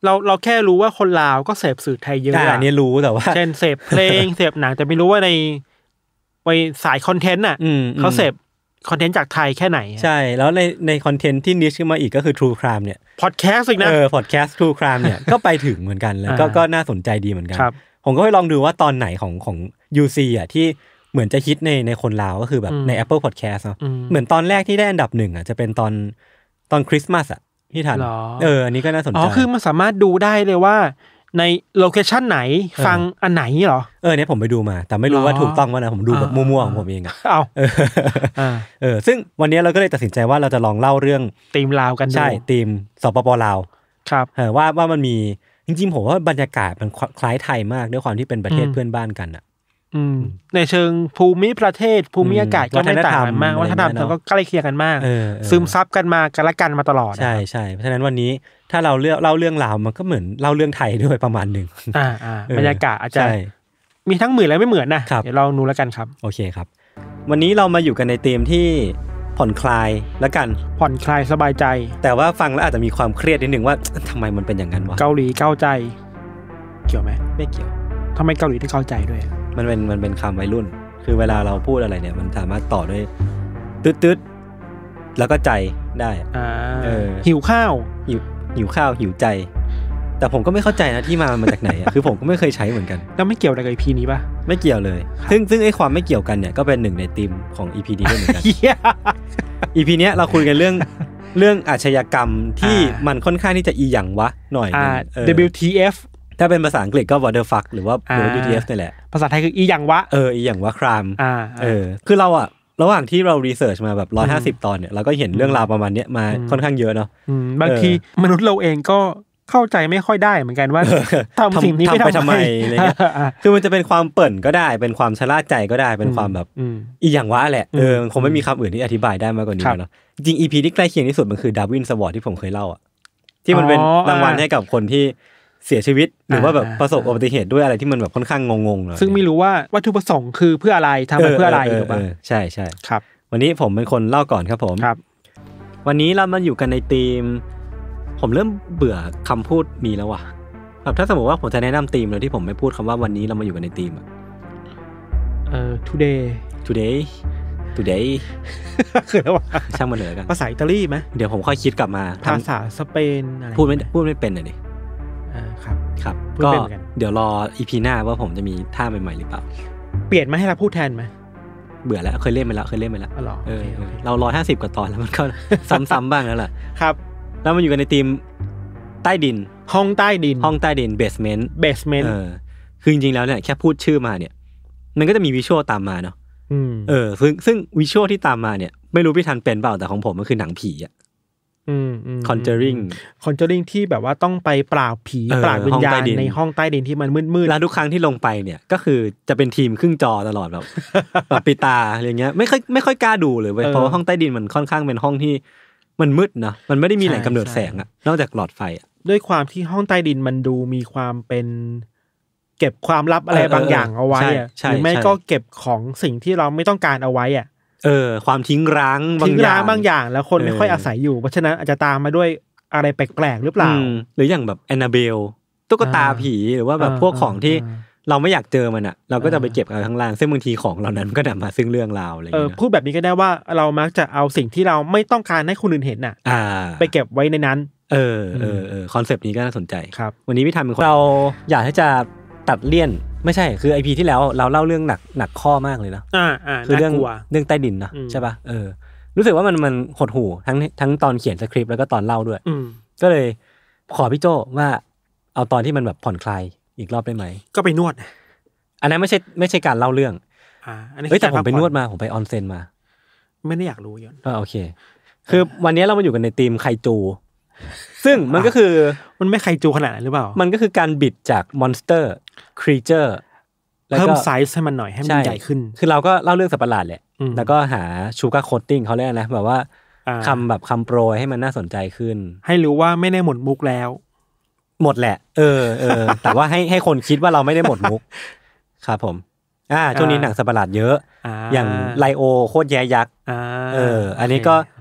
เราเราแค่รู้ว่าคนลาวก็เสพสื่อไทยเยอะอ่ะอันนี้รู้แต่ว่าเช่นเสพเพลง เสพหนังแต่ไม่รู้ว่าในไปสายคอนเทนต์อ่ะเขาเสพคอนเทนต์จากไทยแค่ไหนใช่แล้วในในคอนเทนต์ที่นิชขึ้นมาอีกก็คือ True Crime เนี่ยพอดแคสต์อีกนะเออพอดแคสต์ True Crime เนี่ย ก็ไปถึงเหมือนกันแล้วก็ก็น่าสนใจดีเหมือนกันผมก็ไปลองดูว่าตอนไหนของของ ยู ซี อ่ะที่เหมือนจะฮิตในในคนลาวก็คือแบบใน Apple Podcast เนาะเหมือนตอนแรกที่ได้อันดับหนึ่งอ่ะจะเป็นตอนตอนคริสต์มาสอ่ะที่ทันเอออันนี้ก็น่าสนใจอ๋อคือมันสามารถดูได้เลยว่าในโลเคชั่นไหนฟังอันไหนเหรอเออเนี่ยผมไปดูมาแต่ไม่รู้ว่าถูกต้องว่านะผมดูแบบมั่วๆของผมเองอ่ะเอาเออเออซึ่งวันนี้เราก็เลยตัดสินใจว่าเราจะลองเล่าเรื่องธีมลาวกันดูใช่ธีมสปปลาวครับเออว่าว่ามันมีจริงๆผมว่าบรรยากาศมันคล้ายไทยมากด้วยความที่เป็นประเทศเพื่อนบ้านกันอ่ะอืมในเชิงภูมิประเทศภูมิอากาศก็ไม่ต่างกันมากวัฒนธรรมมันก็ใกล้เคียงกันมากซึมซับกันมากันละกันมาตลอดใช่ใช่เพราะฉะนั้นวันนี้ถ้าเราเลือกเล่าเรื่องลาวมันก็เหมือนเล่าเรื่องไทยด้วยประมาณนึงอ่าอ่าบรรยากาศอาจจะมีทั้งเหมือนและไม่เหมือนนะเดี๋ยวเราดูแล้วกันครับโอเคครับวันนี้เรามาอยู่กันในธีมที่ผ่อนคลายแล้วกันผ่อนคลายสบายใจแต่ว่าฟังแล้วอาจจะมีความเครียดนิดนึงว่าทำไมมันเป็นอย่างนั้นวะเกาหลีเกาใจเกี่ยวไหมไม่เกี่ยวทำไมเกาหลีถึงเกาใจด้วยมันเป็นมันเป็นคำวัยรุ่นคือเวลาเราพูดอะไรเนี่ยมันสามารถต่อด้วยตืดๆแล้วก็ใจได้อ่าเออหิวข้าวหิวหิวข้าวหิวใจแต่ผมก็ไม่เข้าใจนะที่มามันมาจากไหนอ่ะคือผมก็ไม่เคยใช้เหมือนกันแล้วไม่เกี่ยวอะไรกับ อี พี นี้ป่ะไม่เกี่ยวเลยซึ่งซึ่งไอ้ความไม่เกี่ยวกันเนี่ยก็เป็นหนึ่งในธีมของ อี พี นี้ด้วยเหมือนกัน อี พี เนี้ยเราคุยกันเรื่องเรื่องอาชญากรรมที่มันค่อนข้างที่จะอีหยังวะหน่อยนึงดับเบิลยู ที เอฟถ้าเป็นภาษาอังกฤษก็ what the fuck หรือว่า ดับเบิลยู ที เอฟ นี่แหละภาษาไทยคืออีหยังวะเอออีหยังวะ crime เออคือเราอะระหว่างที่เรารีเสิร์ชมาแบบหนึ่งร้อยห้าสิบตอนเนี่ยเราก็เห็นเรื่องราวประมาณนี้มาค่อนข้างเยอะเนาะบางทีมนุษย์เราเองก็เข้าใจไม่ค่อยได้เหมือนกันว่าทำสิ่งนี้ไปทำไมอะไรเงี้ยคือมันจะเป็นความเปิ่นก็ได้เป็นความชะล่าใจก็ได้เป็นความแบบอีหยังวะแหละเออคงไม่มีคำอื่นที่อธิบายได้มากกว่านี้เนาะจริง อี พี ที่ใกล้เคียงที่สุดมันคือ Darwin Award ที่ผมเคยเล่าอ่ะที่มันเป็นรางวัลให้กับคนที่เสียชีวิตหรือว่าแบบประสบอุบัติเหตุด้วยอะไรที่มันแบบค่อนข้างงงๆเลยซึ่งไม่รู้ว่าวัตถุประสงค์คือเพื่ออะไรทำไปเพื่ออะไรถูกป่ะใช่ใช่ครับวันนี้ผมเป็นคนเล่าก่อนครับผมครับวันนี้เรามาอยู่กันในธีมผมเริ่มเบื่อคำพูดนี้แล้วว่ะแบบถ้าสมมติว่าผมจะแนะนำธีมเลยที่ผมไม่พูดคำว่าวันนี้เรามาอยู่กันในธีมอ่ะเอ่อ today today today คืออะไรวะช่างมันเลยกันภาษาอิตาลีไหมเดี๋ยวผมค่อยคิดกลับมาภาษาสเปนอะไรพูดไม่พูดไม่เป็นเลยดิครับครับก็เดี๋ยวรอ อี พี หน้าว่าผมจะมีท่าใหม่ๆหรือเปล่าเปลี่ยนมาให้เราพูดแทนไหมเบื่อแล้วเคยเล่นไปแล้วเคยเล่นไปแล้วเออเราร้อยห้าสิบกว่าตอนแล้วมันก็ซ้ำๆบ้างแล้วล่ะครับแล้วมันอยู่กันในธีมใต้ดินห้องใต้ดินห้องใต้ดิน basement basement เออคือจริงๆแล้วเนี่ยแค่พูดชื่อมาเนี่ยมันก็จะมีวิชวลตามมาเนาะเออซึ่งซึ่งวิชวลที่ตามมาเนี่ยไม่รู้พี่ทันเป็นเปล่าแต่ของผมมันคือหนังผีอ่ะอืม Conjuring Conjuring ที่แบบว่าต้องไปปราบผีปราบวิญญาณในห้องใต้ดินที่มันมืดๆแล้วทุกครั้งที่ลงไปเนี่ยก็คือจะเป็นทีมครึ่งจอตลอดแบบแบบปิดตาอะไรเงี้ยไม่ค่อยไม่ค่อยกล้าดูเลยเพราะว่าห้องใต้ดินมันค่อนข้างเป็นห้องที่มันมืดนะมันไม่ได้มีแหล่งกำเนิดแสงอ่ะนอกจากหลอดไฟอ่ะด้วยความที่ห้องใต้ดินมันดูมีความเป็นเก็บความลับอะไรบางอย่างเอาไว้อ่ะหรือไม่ก็เก็บของสิ่งที่เราไม่ต้องการเอาไว้อ่ะเออความทิ้งร้างบางอย่างทิ้งร้างบางอย่างแล้วคนไม่ค่อยอาศัยอยู่เพราะฉะนั้นอาจจะตามมาด้วยอะไรแปลกๆหรือเปล่าหรืออย่างแบบแอนนาเบลตุ๊กตาผีหรือว่าแบบพวกของที่เราไม่อยากเจอมันอ่ะเราก็จะไปเก็บเอาข้างล่างซึ่งบางทีของเหล่านั้นก็นำมาซึ่งเรื่องราวอะไรอย่างเงี้ยพูดแบบนี้ก็ได้ว่าเรามักจะเอาสิ่งที่เราไม่ต้องการให้คนอื่นเห็นน่ะไปเก็บไว้ในนั้นเออเออเออคอนเซปต์นี้ก็น่าสนใจครับวันนี้พี่ทำเป็นคนเราอยากให้จะตัดเลี่ยนไม่ใช่คือไอพีที่แล้วเราเล่าเรื่องหนักหนักข้อมากเลยนะอ่าอ่าคือเรื่องเรื่องใต้ดินนะใช่ป่ะเออรู้สึกว่ามันมันหดหู่ทั้งทั้งตอนเขียนสคริปต์แล้วก็ตอนเล่าด้วยก็เลยขอพี่โจว่าเอาตอนที่มันแบบผ่อนคลายอีกรอบได้ไหมก็ไปนวดอันนั้นไม่ใช่ไม่ใช่การเล่าเรื่องอ่าอันนี้เฮ้ยแต่ผมไปนวดมาผมไปออนเซ็นมาไม่ได้อยากรู้ย้อนอ่าโอเคคือวันนี้เรามาอยู่กันในธีมไคจูซึ่งมันก็คือมันไม่ไคจูขนาดนั้นหรือเปล่ามันก็คือการบิดจากมอนสเตอร์ครีเจอร์เพิ่มไซส์ให้มันหน่อยให้มันใหญ่ขึ้นคือเราก็เล่าเรื่องสัตว์ประหลาดแหละแล้วก็หาชูการ์โคตติ้งเขาเรียกนะแบบว่าคำแบบคำโปรยให้มันน่าสนใจขึ้นให้รู้ว่าไม่ได้หมดมุกแล้วหมดแหละเออเออแต่ว่าให้ให้คนคิดว่าเราไม่ได้หมดมุกครับผมอ่าช่วงนี้หนังสัตว์ประหลาดเยอะอย่างไลโอโคตรแย่ยักษ์เอออันนี้ก็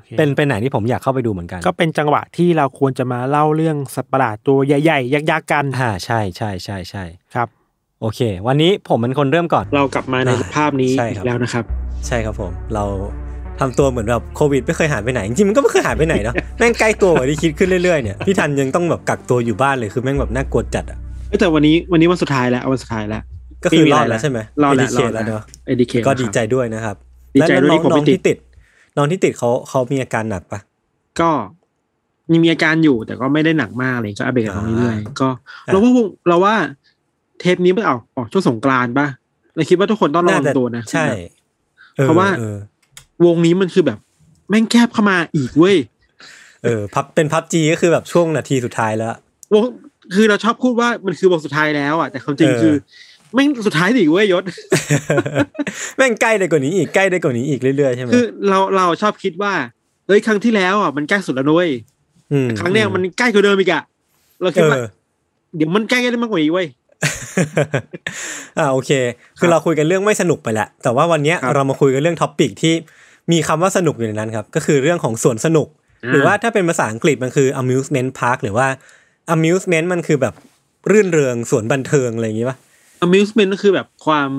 เป็นเป็นหนังที่ผมอยากเข้าไปดูเหมือนกันก็เป็นจังหวะที่เราควรจะมาเล่าเรื่องสัตว์ประหลาดตัวใหญ่ๆยักษ์ๆกันอ่าใช่ใช่ใช่ใช่ครับโอเควันนี้ผมเป็นคนเริ่มก่อนเรากลับมาในภาพนี้อีกแล้วนะครับใช่ครับผมเราทำตัวเหมือนแบบโควิดไม่เคยหายไปไหนจริงๆมันก็ไม่เคยหายไปไหนเนาะแม่งใกล้ตัวกว่าที่คิดขึ้นเรื่อยๆเนี่ยพี่ทันยังต้องแบบกักตัวอยู่บ้านเลยคือแม่งแบบน่ากลัวจัดอ่ะแต่วันนี้วันนี้วันสุดท้ายแล้ววันสุดท้ายแล้วก็คือรอดแล้วใช่ไหมรอดแล้วเนาะก็ดีใจด้วยนะครับดีใจด้วยที่ผมไม่ติดน้องที่ติดเขาเขามีอาการหนักปะก็ยังมีอาการอยู่แต่ก็ไม่ได้หนักมากเลยก็อัปเดตกันเรื่อยๆก็เราว่าเราว่าเทปนี้มันออกออกช่วงสงกรานต์ป่ะเราคิดว่าทุกคนต้องระวังตัวนะใช่เพราะว่าวงนี้มันคือแบบแม่งแคบเข้ามาอีกเว้ยเออพับเป็น พับ จี ก็คือแบบช่วงนาทีสุดท้ายแล้ววงคือเราชอบพูดว่ามันคือวงสุดท้ายแล้วอ่ะแต่ความจริงคือแม่งสุดท้ายดิเว้ยยศแม่งใกล้ได้กว่านี้อีกใกล้ได้กว่านี้อีกเรื่อยๆใช่ไหมคือเราเราชอบคิดว่าเฮ้ยครั้งที่แล้วอ่ะมันใกล้สุดแล้วด้วยครั้งเนี้ยมันใกล้กว่าเดิมอีกอ่ะเราคิดว่าเดี๋ยวมันใกล้ได้มากกว่านี้เว้ยอ่าโอเคคือเราคุยกันเรื่องไม่สนุกไปแหละแต่ว่าวันนี้เรามาคุยกันเรื่องท็อปิกที่มีคำว่าสนุกอยู่ในนั้นครับก็คือเรื่องของสวนสนุกหรือว่าถ้าเป็นภาษาอังกฤษมันคือ amusement park หรือว่า amusement มันคือแบบรื่นเริงสวนบันเทิงอะไรอย่างงี้ป่ะ amusement ก็คือแบบความ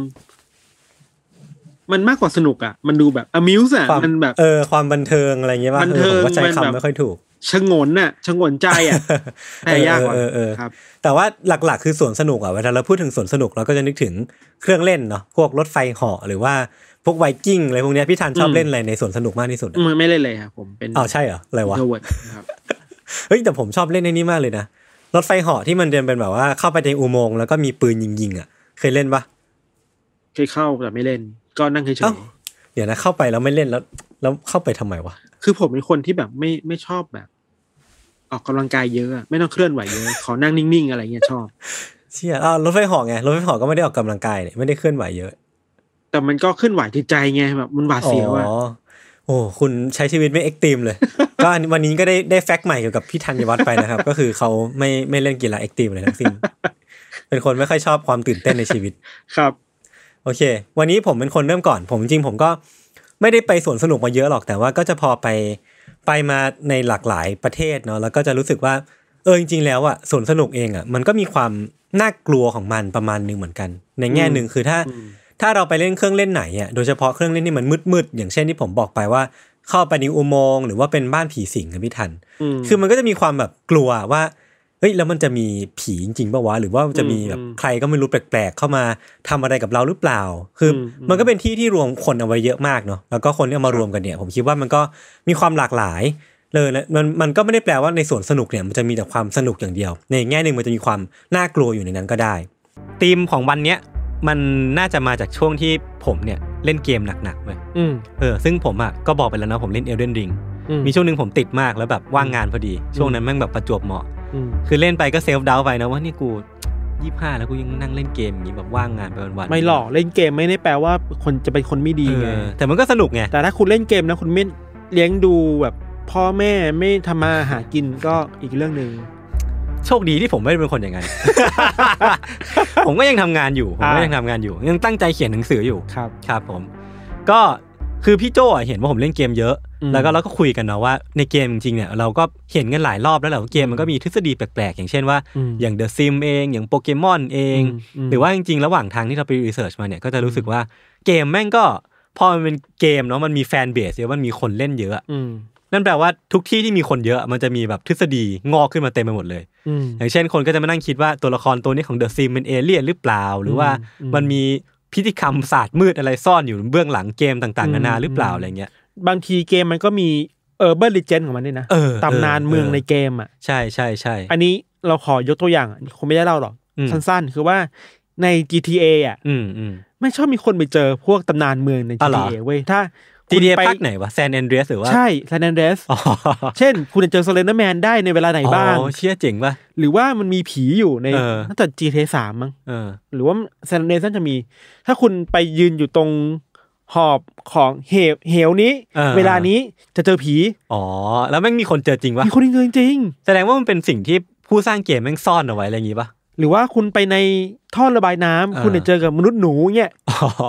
มันมากกว่าสนุกอ่ะมันดูแบบ amuse อ่ะมันแบบเออความบันเทิงอะไรอย่างเงี้ยป่ะเออผมก็ใช้คำไม่ค่อยถูกชงนน่ะชงนใจอ่ะแต่ยากกว่าครับแต่ว่าหลักๆคือสวนสนุกอ่ะเวลาเราพูดถึงสวนสนุกเราก็จะนึกถึงเครื่องเล่นเนาะพวกรถไฟเหาะหรือว่าพวกไวกิ้งอะไรพวกนี้พี่ธันชอบเล่นอะไรในสวนสนุกมากที่สุดไม่ไม่เล่นเลยครับผมเป็นอ๋อใช่เหรออะไรวะครับเฮ้ยแต่ผมชอบเล่นในนี้มากเลยนะรถไฟเหาะที่มันเดินเป็นแบบว่าเข้าไปในอุโมงค์แล้วก็มีปืนยิงๆอ่ะเคยเล่นปะเคยเข้าแต่ไม่เล่นก็นั่งเฉยๆเดี๋ยวนะเข้าไปแล้วไม่เล่นแล้วแล้วเข้าไปทำไมวะคือผมเป็นคนที่แบบไม่ไม่ชอบแบบออกกำลังกายเยอะไม่ต้องเคลื่อนไหวเยอะขอนั่งนิ่งๆอะไรเงี้ยชอบเชี่ยอ้าวรถไฟเหาะไงรถไฟเหาะก็ไม่ได้ออกกำลังกายเนี่ยไม่ได้เคลื่อนไหวเยอะแต่มันก็เคลื่อนไหวจิตใจไงแบบมันหวาดเสียวอ่ะโอ้คุณใช้ชีวิตไม่เอ็กซ์ตรีมเลย ก็วันนี้ก็ได้ได้แฟกต์ใหม่เกี่ยวกับพี่ธัญวัฒน์ไปนะครับ ก็คือเขาไม่ไม่เล่นกีฬาเอ็กซ์ตรีมอะไรทั้งสิ้น เป็นคนไม่ค่อยชอบความตื่นเต้นในชีวิตครับโอเควันนี้ผมเป็นคนเริ่มก่อนผมจริงผมก็ไม่ได้ไปสวนสนุกมาเยอะหรอกแต่ว่าก็จะพอไปไปมาในหลากหลายประเทศเนาะแล้วก็จะรู้สึกว่าเออจริงๆแล้วอ่ะสวนสนุกเองอ่ะมันก็มีความน่ากลัวของมันประมาณนึงเหมือนกันในแง่นึงคือถ้าถ้าเราไปเล่นเครื่องเล่นไหนอ่ะโดยเฉพาะเครื่องเล่นที่มันมืดๆอย่างเช่นที่ผมบอกไปว่าเข้าไปในอุโมงค์หรือว่าเป็นบ้านผีสิงกับพี่ทันคือมันก็จะมีความแบบกลัวว่าเฮ้ยแล้วมันจะมีผีจริงๆป่ะวะหรือว่าจะมีแบบใครก็ไม่รู้แปลกๆเข้ามาทำอะไรกับเราหรือเปล่าคือมันก็เป็นที่ที่รวมคนเอาไว้เยอะมากเนาะแล้วก็คนที่เอามารวมกันเนี่ยผมคิดว่ามันก็มีความหลากหลายเลยนะมันมันก็ไม่ได้แปลว่าในสวนสนุกเนี่ยมันจะมีแต่ความสนุกอย่างเดียวในแง่นึงมันจะมีความน่ากลัวอยู่ในนั้นก็ได้ธีมของวันเนี้ยมันน่าจะมาจากช่วงที่ผมเนี่ยเล่นเกมหนักๆเว้ยเออซึ่งผมอ่ะก็บอกไปแล้วนะผมเล่น Elden Ring มีช่วงนึงผมติดมากแล้วแบบว่างงานพอดีช่วงนั้นแม่งแบบประจวบเหมาะคือเล่นไปก็เซลฟ์ดาวน์ไปนะว่านี่กูยี่สิบห้าแล้วกูยังนั่งเล่นเกมอย่างนี้แบบว่างงานไปวันๆไม่หรอกเล่นเกมไม่ได้แปลว่าคนจะเป็นคนไม่ดีไงแต่มันก็สนุกไงแต่ถ้าคุณเล่นเกมนะคุณไม่เลี้ยงดูแบบพ่อแม่ไม่ทำมาหากินก็อีกเรื่องนึงโชคดีที่ผมไม่ได้เป็นคนอย่างนั้น ผมก็ยังทำงานอยู่ผมก็ยังทำงานอยู่ยังตั้งใจเขียนหนังสืออยู่ครับครับผมก็คือพี่โจ้เห็นว่าผมเล่นเกมเยอะแล้วก็เราก็คุยกันเนาะว่าในเกมจริงๆเนี่ยเราก็เห็นกันหลายรอบแล้วแหละว่าเกมมันก็มีทฤษฎีแปลกๆอย่างเช่นว่าอย่าง The Sim เองอย่างโปเกมอนเองหรือว่าจริงๆระหว่างทางที่เราไปรีเสิร์ชมาเนี่ยก็จะรู้สึกว่าเกมแม่งก็พอมันเป็นเกมเนาะมันมีแฟนเบสเยอะมันมีคนเล่นเยอะนั่นแปลว่าทุกที่ที่มีคนเยอะมันจะมีแบบทฤษฎีงอกขึ้นมาเต็มไปหมดเลยอย่างเช่นคนก็จะมานั่งคิดว่าตัวละครตัวนี้ของ The Sim เป็นเอเลี่ยนหรือเปล่าหรือว่ามันมีพิธีกรรมศาสตร์มืดอะไรซ่อนอยู่เบื้องหลังเกมต่างๆนานาหรือเปล่าอะไรเงี้ยบางทีเกมมันก็มีเออร์เบิร์นลีเจนด์ของมันด้วยนะตำนานเมืองในเกมอ่ะใช่ใช่ใช่อันนี้เราขอยกตัวอย่างคงไม่ได้เล่าหรอกสั้นๆคือว่าใน จี ที เอ อ่ะไม่ชอบมีคนไปเจอพวกตำนานเมืองใน จี ที เอ เว้ยถ้าจี ที เอ ภาคไหนวะแซนแอนเดรียสหรือว่าใช่แซนแอนเดรียสเช่นคุณจะเจอสเลนเดอร์แมนได้ในเวลาไหนบ้างอ๋อเชี่ยเจ๋งป่ะหรือว่ามันมีผีอยู่ในน่าจะ จี ที เอ สามมั้งหรือว่าแซนแอนเดรียสจะมีถ้าคุณไปยืนอยู่ตรงหอบของเหวเหวนี้เวลานี้จะเจอผีอ๋อแล้วแม่งมีคนเจอจริงป่ะมีคนเจอจริงแสดงว่ามันเป็นสิ่งที่ผู้สร้างเกมแม่งซ่อนเอาไว้อะไรอย่างงี้ป่ะหรือว่าคุณไปในท่อระบายน้ำคุณจะเจอกับมนุษย์หนูเงี้ย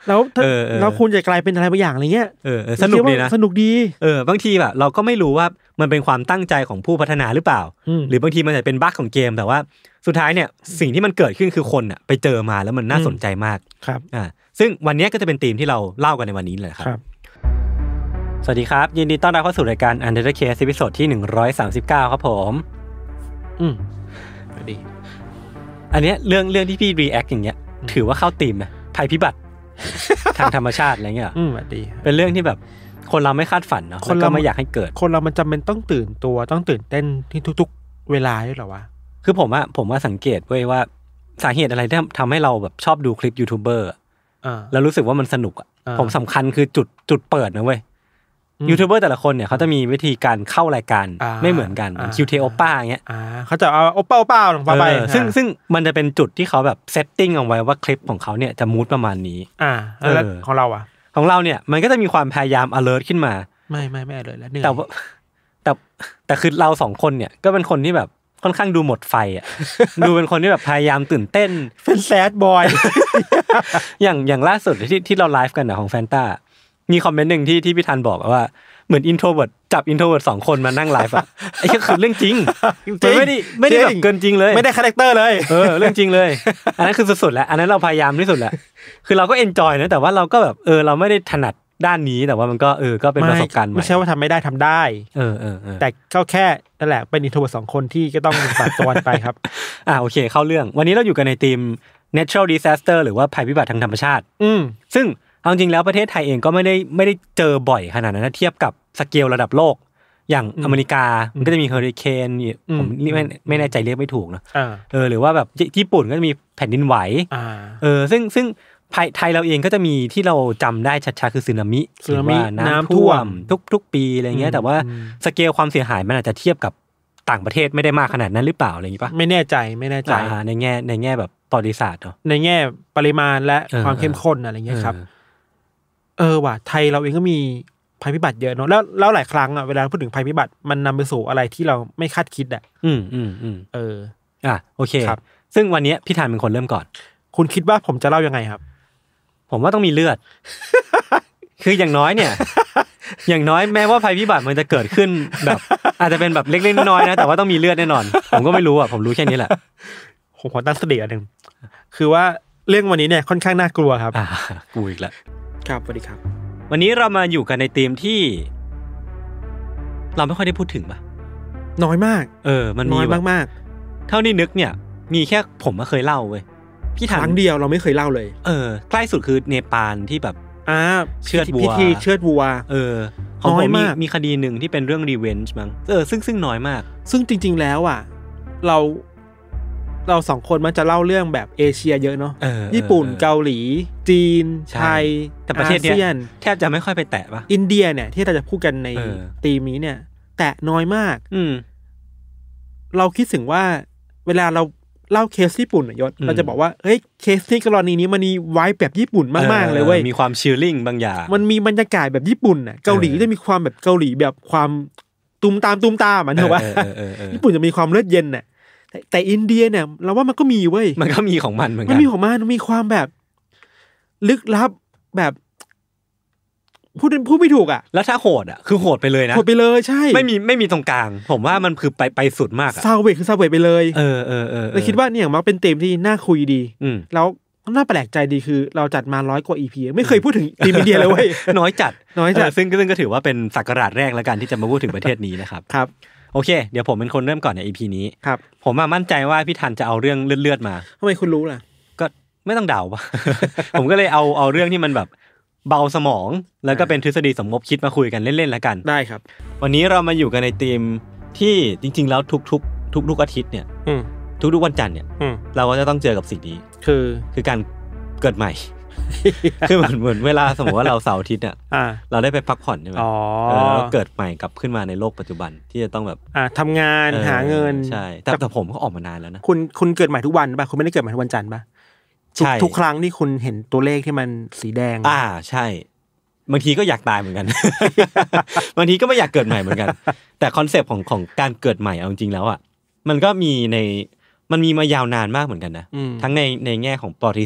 แล้วแล้วคุณจะกลายเป็นอะไรบางอย่างอะไรเงี้ยเออสนุกดีนะสนุกดีเออบางทีแบบเราก็ไม่รู้ว่ามันเป็นความตั้งใจของผู้พัฒนาหรือเปล่าหรือบางทีมันจะเป็นบั๊กของเกมแต่ว่าสุดท้ายเนี่ยสิ่งที่มันเกิดขึ้นคือคนอ่ะไปเจอมาแล้วมันน่าสนใจมากครับอ่าซึ่งวันนี้ก็จะเป็นธีมที่เราเล่ากันในวันนี้เลยครับสวัสดีครับยินดีต้อนรับเข้าสู่รายการ Under the Case ตอนที่หนึ่งร้อยสามสิบเก้าครับผมอืมดีอันนี้เรื่องเรื่องที่พี่ react อย่างเงี้ยถือว่าเข้าธีมมั้ยภัยพิบัติทางธรรมชาติอะไรเงี้ยอืมดีเป็นเรื่องที่แบบคนเราไม่คาดฝันเนาะคนเราไม่อยากให้เกิดคนเรามันจำเป็นต้องตื่นตัวต้องตื่นเต้นที่ทุกๆเวลาด้วยเหรอวะคือผมว่าผมว่าสังเกตเว้ยว่าสาเหตุอะไรที่ทำให้เราแบบชอบดูคลิปยูทูบเบอร์แล้วรู้สึกว่ามันสนุกอ่ะผมสำคัญคือจุดจุดเปิดนะเว้ยยูทูบเบอร์แต่ละคนเนี่ยเขาจะมีวิธีการเข้ารายการไม่เหมือนกันคิวเทโอป้าอย่างเงี้ยเขาจะเอาโอป้าโอป้าลงไปซึ่งซึ่งมันจะเป็นจุดที่เขาแบบเซตติ้งเอาไว้ว่าคลิปของเขาเนี่ยจะมูดประมาณนี้อ่าแล้วของเราอ่ะของเราเนี่ยมันก็จะมีความพยายาม alert ขึ้นมาไม่ไม่ไม่เลยแล้วเหนื่อยแต่ว่าแต่แต่คือเราสองคนเนี่ยก็เป็นคนที่แบบค่อนข้างดูหมดไฟอ่ะ ดูเป็นคนที่แบบพยายามตื่นเต้นเป็นแซดบอยอย่างอย่างล่าสุดที่ที่เราไลฟ์กันนะของแฟนต้ามีคอมเมนต์หนึ่งที่ที่พี่ธันบอกว่าเหมือนอินโทรเวิร์ตจับอินโทรเวิร์ตสองคนมานั่งไลฟ์อ่ะไอ้ก็คือเรื่องจริงไม่ได้ไม่ได้แบบเกินจริงเลยไม่ได้คาแรคเตอร์เลยเออเรื่องจริงเลยอันนั้นคือสุดๆแล้วอันนั้นเราพยายามที่สุดแล้วคือเราก็เอนจอยนะแต่ว่าเราก็แบบเออเราไม่ได้ถนัดด้านนี้แต่ว่ามันก็เออก็เป็นประสบการณ์ใหม่ไม่ใช่ว่าทำไม่ได้ทำได้เออเออแต่ก็แค่นั่นแหละเป็นอินโทรเวิร์ตสองคนที่ก็ต้องปรับตัวไปครับอ่าโอเคเข้าเรื่องวันนี้เราอยู่กันในทีม natural disaster หรือว่าภัยพิบัติทางธรรมชาติอืมซึ่งเอาจริงแล้วประเทศไทยเองก็ไม่ได้ไม่ได้เจอบ่อยขนาดนั้นนะเทียบกับสเกลระดับโลกอย่างอเมริกามันก็จะมีเฮอริเคนผมไม่ไม่แน่ใจเรียกไม่ถูกนะเออหรือว่าแบบญี่ปุ่นก็จะมีแผ่นดินไหวเออซึ่งซึ่งไทยเราเองก็จะมีที่เราจำได้ชัดๆคือสึนามิสึนามิน้ำท่วมทุกทุกปีอะไรเงี้ยแต่ว่าสเกลความเสียหายมันอาจจะเทียบกับต่างประเทศไม่ได้มากขนาดนั้นหรือเปล่าอะไรอย่างงี้ป่ะไม่แน่ใจไม่แน่ใจในแง่ในแง่แบบประวัติศาสตร์เนาะในแง่ปริมาณและความเข้มข้นอะไรเงี้ยครับเออว่ะไทยเราเองก็มีภัยพิบัติเยอะเนาะแล้วแล้วหลายครั้งอ่ะเวลาพูดถึงภัยพิบัติมันนำไปสู่อะไรที่เราไม่คาดคิดอ่ะอืมอืมอืมเอออ่ะโอเคซึ่งวันนี้พี่ธันเป็นคนเริ่มก่อนคุณคิดว่าผมจะเล่ายังไงครับผมว่าต้องมีเลือด คืออย่างน้อยเนี่ย อย่างน้อยแม้ว่าภัยพิบัติมันจะเกิดขึ้นแบบอาจจะเป็นแบบเล็กๆน้อยๆนะแต่ว่าต้องมีเลือดแน่นอนผมก็ไม่รู้อ่ะผมรู้แค่นี้แหละผมขอตั้งสติอันนึงคือว่าเรื่องวันนี้เนี่ยค่อนข้างน่ากลัวครับอ่ากูอีกแล้วครับสวัสดีครับวันนี้เรามาอยู่กันในธีมที่เราไม่ค่อยได้พูดถึงป่ะน้อยมากเออมันน้อยมากๆเท่านี้นึกเนี่ยมีแค่ผมมาเคยเล่าเว้ยพี่ถามครั้งเดียวเราไม่เคยเล่าเลยเออใกล้สุดคือเนปาลที่แบบอ่าเชือดวัวพิธีเชือดวัวเออของผมมีมีคดีหนึ่งที่เป็นเรื่องรีเวนจ์มั้งเออซึ่งซึ่งน้อยมากซึ่งจริงๆแล้วอ่ะเราเราสองคนมันจะเล่าเรื่องแบบเอเชียเยอะเนาะญี่ปุ่นเกาหลีจีนไทยแต่ประเทศเนี้ยแทบจะไม่ค่อยไปแตะป่ะอินเดียเนี่ยที่เราจะพูดกันในธีมนี้เนี่ยแตะน้อยมากอืมเราคิดถึงว่าเวลาเราเล่าเคสญี่ปุ่นยศเราจะบอกว่าเฮ้ยเคสที่กรณีนี้มันมีไว้แบบญี่ปุ่นมากๆเลยเว้ยมีความชิลลิ่งบางอย่างมันมีบรรยากาศแบบญี่ปุ่นน่ะเกาหลีจะมีความแบบเกาหลีแบบความตุ้มตามตุ้มตามมันเถอะว่าญี่ปุ่นจะมีความเลือดเย็นน่ะแต่อินเดียเนี่ยเราว่ามันก็มีเว้ยมันก็มีของมันเหมือนกันมันมีของมันมีความแบบลึกลับแบบพูดพูดไม่ถูกอ่ะแล้วถ้าโหดอ่ะคือโหดไปเลยนะโหดไปเลยใช่ไม่มีไม่มีตรงกลางผมว่ามันคือไปไปสุดมากอ่ะซาเวทคือซาเวทไปเลยเออเออเออเราคิดว่าเนี่ยมันเป็นเทมที่น่าคุยดีแล้วน่าแปลกใจดีคือเราจัดมาร้อยกว่า อี พี ไม่เคยพูดถึงทีมอินเดียเลยเว้ยน้อยจัดน้อยจัดซึ่งซึ่งก็ถือว่าเป็นศักราชแรกแล้วกันที่จะมาพูดถึงประเทศนี้นะครับครับโอเคเดี๋ยวผมเป็นคนเริ่มก่อนใน อี พี นี้ครับผมมั่นใจว่าพี่ธันจะเอาเรื่องเลือดๆมาทำไมคุณรู้ล่ะก็ไม่ต้องเดาป่ะ ผมก็เลยเอาเอาเรื่องที่มันแบบเบาสมองแล้วก็เป็นทฤษฎีสมมติคิดมาคุยกันเล่นๆแล้วกันได้ครับวันนี้เรามาอยู่กันในธีมที่จริงๆแล้วทุกๆทุกๆอาทิตย์เนี่ยทุกๆวันจันทร์เนี่ยเราก็จะต้องเจอกับสิ่งนี้คือคือการเกิดใหม่ คือเหมือนเหมือนเวลาสมมติว่าเราเสาร์อาทิตย์เนี่ยเราได้ไปพักผ่อนใช่ไหมแล้วเกิดใหม่กลับขึ้นมาในโลกปัจจุบันที่จะต้องแบบทำงานหาเงินใช่แต่แต่ผมก็ออกมานานแล้วนะคุณคุณเกิดใหม่ทุกวันป่ะคุณไม่ได้เกิดใหม่ทุกวันจันทร์ป่ะทุกทุกครั้งที่คุณเห็นตัวเลขที่มันสีแดงอ่าใช่บางทีก็อยากตายเหมือนกัน บางทีก็ไม่อยากเกิดใหม่เหมือนกันแต่คอนเซปต์ของของการเกิดใหม่เอาจริงๆแล้วอ่ะมันก็มีในมันมีมายาวนานมากเหมือนกันนะทั้งในในแง่ของประวัติศาสตร์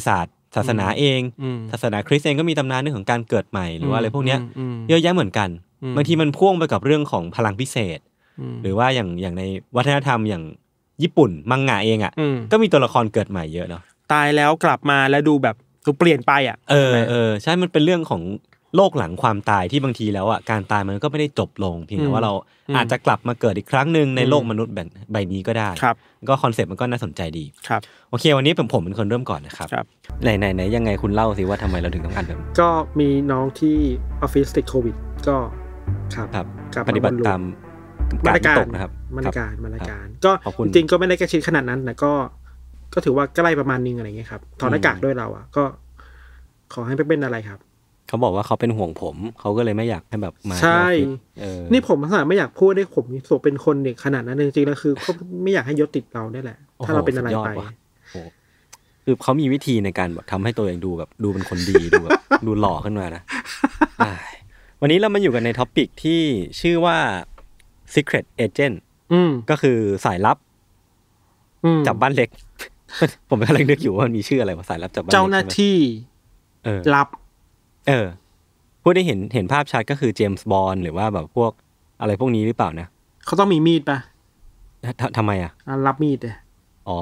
ศาสนาเองศาสนาคริสต์เองก็มีตำนานเรื่องของการเกิดใหม่หรือว่าอะไรพวกเนี้ยเยอะแยะเหมือนกันบางทีมันพ่วงไปกับเรื่องของพลังพิเศษหรือว่าอย่างอย่างในวัฒนธรรมอย่างญี่ปุ่นมังงะเองอ่ะก็มีตัวละครเกิดใหม่เยอะเนาะตายแล้วกลับมาแล้วดูแบบดูเปลี่ยนไปอ่ะเออเออใช่มันเป็นเรื่องของโลกหลังความตายที่บางทีแล้วอ่ะการตายมันก็ไม่ได้จบลงเพียงแต่ว่าเราอาจจะกลับมาเกิดอีกครั้งนึงในโลกมนุษย์แบบใบนี้ก็ได้ก็คอนเซ็ปต์มันก็น่าสนใจดีครับโอเควันนี้ผมผมเป็นคนเริ่มก่อนนะครับไหนไหนไหนยังไงคุณเล่าสิว่าทำไมเราถึงต้องอ่านแบบก็มีน้องที่ออฟฟิศติดโควิดก็ครับปฏิบัติตามมาตรการนะครับมาตรการมาตรการก็จริงๆก็ไม่ได้กระชิดขนาดนั้นแต่ก็ก็ถือว่าใกล้ประมาณนึงอะไรเงี้ยครับถอดหน้ากากด้วยเราอ่ะก็ขอให้ไม่เป็นอะไรครับเขาบอกว่าเขาเป็นห่วงผมเขาก็เลยไม่อยากให้แบบมาใช่นี่ผมขนาดไม่อยากพูดได้ผมนี่โสเป็นคนเด็กขนาดนั้นจริงๆแล้วคือเขาไม่อยากให้ยศติดเราได้แหละถ้าเราเป็นอะไรไปคือเขามีวิธีในการแบบทำให้ตัวเองดูแบบดูเป็นคนดีดูแบบดูหล่อขึ้นมานะวันนี้เรามาอยู่กันในท็อปิกที่ชื่อว่า Secret Agent ก็คือสายลับจับบ้านเล็กผมกำลังนึกอยู่ว่ามันมีชื่ออะไรว่าสายลับจับบ้านเล็กเจ้าหน้าที่ลับเออพูดได้เห็นเห็นภาพชัดก็คือเจมส์บอนด์หรือว่าแบบพวกอะไรพวกนี้หรือเปล่านะเขาต้องมีมีดป่ะทำไมอ่ะรับมีดเลยอ๋อ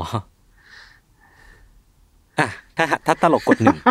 อ่ะถ้าถ้าตลกกดหนึ่ง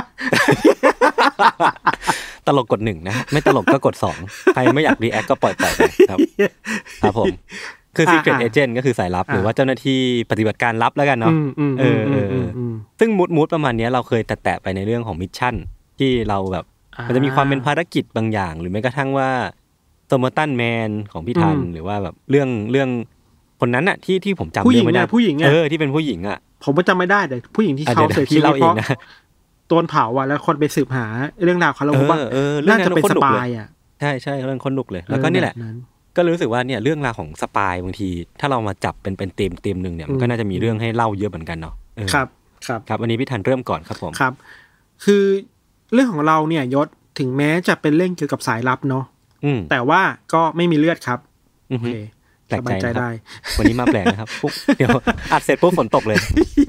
ตลกกดหนึ่งนะไม่ตลกก็กดสองใครไม่อยากรีแอคก็ปล่อยปล่อยไปครับครับผมคือ Secret Agent ก็คือสายลับหรือว่าเจ้าหน้าที่ปฏิบัติการลับแล้วกันเนาะเออเออซึ่งมูดมูดประมาณนี้เราเคยแตะๆไปในเรื่องของมิชชั่นที่เราแบบมันจะมีความเป็นภารกิจบางอย่างหรือแม้กระทั่งว่าโซมตันแมนของพี่ทันหรือว่าแบบเรื่องเรื่องคนนั้นอะที่ที่ผมจำไม่ได้ผู้หญิงเออที่เป็นผู้หญิงอะผมก็จำไม่ได้แต่ผู้หญิงที่เขาเสียชีวิตเพราะโดนเผาอ่ะแล้วคนไปสืบหาเรื่องราวเขาแล้วว่าน่าจะเป็นสปายอ่ะใช่ใช่เรื่องคนลุกเลยแล้วก็นี่แหละก็รู้สึกว่าเนี่ยเรื่องราวของสปายบางทีถ้าเรามาจับเป็นเป็นเต็มเต็มหนึ่งเนี่ยมันก็น่าจะมีเรื่องให้เล่าเยอะเหมือนกันเนาะครับครับครับวันนี้พี่ทันเริ่มก่อนครับผมครับคือเรื่องของเราเนี่ยยศถึงแม้จะเป็นเรื่องเกี่ยวกับสายลับเนาะแต่ว่าก็ไม่มีเลือดครับโอเคสบายใจได้วันนี้มาแปลกนะครับปุ๊บเดี๋ยวอัดเสร็จปุ๊บฝนตกเลย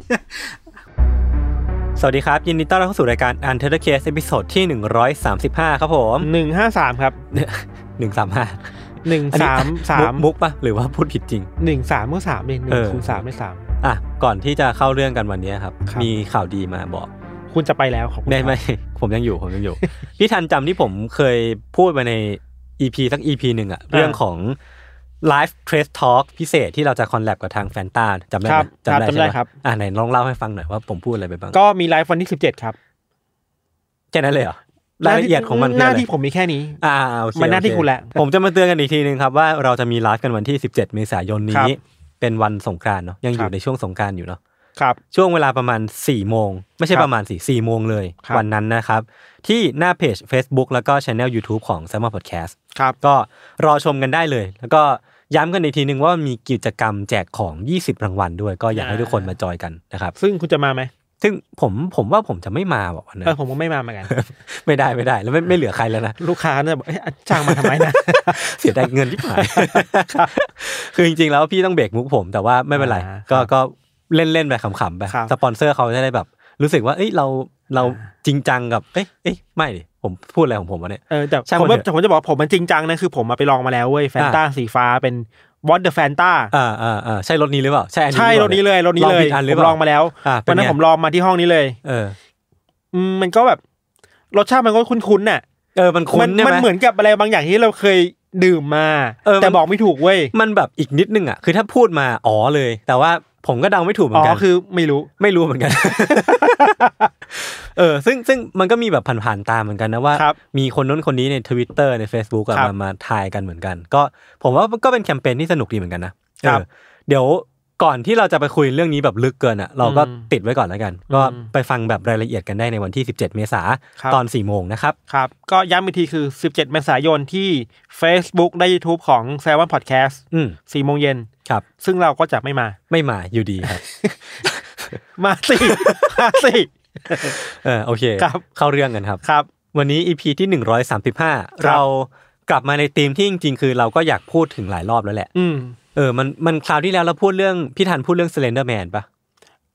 สวัสดีครับยินดีต้อนรับเข้าสู่รายการ Untitled Case ตอนที่หนึ่งร้อยสามสิบห้าครับผมหนึ่งห้าสามครับหนึ่งสามห้าหนึ่งสามสามมุกป่ะหรือว่าพูดผิดจริงหนึ่งสามก็สามเองหนึ่งคูณสามได้สามอ่ะก่อนที่จะเข้าเรื่องกันวันนี้ครับมีข่าวดีมาบอกคุณจะไปแล้วขอบคุณไม่ไม่ผมยังอยู่ผมยังอยู่พี่ทันจำที่ผมเคยพูดไปใน อี พี สัก อี พี นึงอ่ะเรื่องของLive Trace Talk พิเศษที่เราจะคอลแลบกับทางแฟนตาจำได้ไหมจำได้ใช่ไหมครับอ่าไหนลองเล่าให้ฟังหน่อยว่าผมพูดอะไรไปบ้างก็มีไลฟ์วันที่สิบเจ็ดครับแค่นั้นเลยเหรอรายละเอียดของมันหน้าที่ผมมีแค่นี้อ่าโอเคมันหน้าที่คุณแหละผมจะมาเตือนกันอีกทีนึงครับว่าเราจะมีไลฟ์กันวันที่สิบเจ็ดเมษายนนี้เป็นวันสงกรานต์เนาะยังอยู่ในช่วงสงกรานต์อยู่เนาะครับช่วงเวลาประมาณสี่โมงไม่ใช่ประมาณสี่ สี่โมงเลยวันนั้นนะครับที่หน้าเพจ Facebook แล้วก็ Channel YouTube ของ Salmon Podcast ครับก็รอชมกันได้เลยแล้วก็ย้ำกันอีกทีนึงว่ามีกิจกรรมแจกของยี่สิบรางวัลด้วยก็อยากให้ทุกคนมาจอยกันนะครับซึ่งคุณจะมาไหมซึ่งผมผมว่าผมจะไม่มาบอกวันนั้นเออผมก็ไม่มาเหมือนกันไม่ได้ไม่ได้แล้วไม่ไม่เหลือใครแล้วนะลูกค้าเนี่ยบอกจ้างมาทำไมนะเสียดายเงินที่ผ่านคือจริงๆแล้วพี่ต้องเบรกมุกผมแต่ว่าไม่เป็นไรก็ก็เล่นๆไปขำๆไปสปอนเซอร์เขาจะได้แบบรู้สึกว่าเอ้ยเราเราจริงจังกับเอ้ยเอ้ยไม่ดิผมพูดอะไรของผมวะเนี่ยเออแต่ผมผมจะบอกผมมันจริงจังนะคือผมมาไปลองมาแล้วเว้ยแฟนต้าสีฟ้าเป็นWhat the Fanta อ่าอ่าอ่าใช่รถนี้หรือเปล่าใช่ใช่รถนี้เลยรถนี้เลยผมลองมาแล้ววันนั้นผมลองมาที่ห้องนี้เลยเอออืมมันก็แบบรสชาติมันก็คุ้นๆน่ะเออมันคุ้นใช่มั้ยมันเหมือนกับอะไรบางอย่างที่เราเคยดื่มมาแต่บอกไม่ถูกเว้ยมันแบบอีกนิดนึงอ่ะคือถ้าพูดมาอ๋อเลยแต่ว่าผมก็เดาไม่ถูกเหมือนกันอ๋อคือไม่รู้ไม่รู้เหมือนกันเออซึ่งซึ่งมันก็มีแบบผ่านๆตาเหมือนกันนะว่ามีคนนู้นคนนี้ใน Twitter ใน Facebook อ่ะมามาทายกันเหมือนกันก็ผมว่าก็เป็นแคมเปญที่สนุกดีเหมือนกันนะเออเดี๋ยวก่อนที่เราจะไปคุยเรื่องนี้แบบลึกเกินอ่ะเราก็ติดไว้ก่อนแล้วกันก็ไปฟังแบบรายละเอียดกันได้ในวันที่สิบเจ็ดเมษายนตอน สี่โมงนะครับครับก็ย้ำอีกทีคือสิบเจ็ดเมษายนที่ Facebook และ YouTube ของ Salmon Podcast อืมสี่โมงเย็นครับซึ่งเราก็จะไม่มาไม่มาอยู่ดีครับมาสิมาสิเออโอเคเข้าเรื่องกันครับครับวันนี้ อี พี ที่หนึ่งร้อยสามสิบห้าเรากลับมาในธีมที่จริงๆคือเราก็อยากพูดถึงหลายรอบแล้วแหละอืมเออมันมันคราวที่แล้วเราพูดเรื่องพี่ทันพูดเรื่อง Slender Man ป่ะ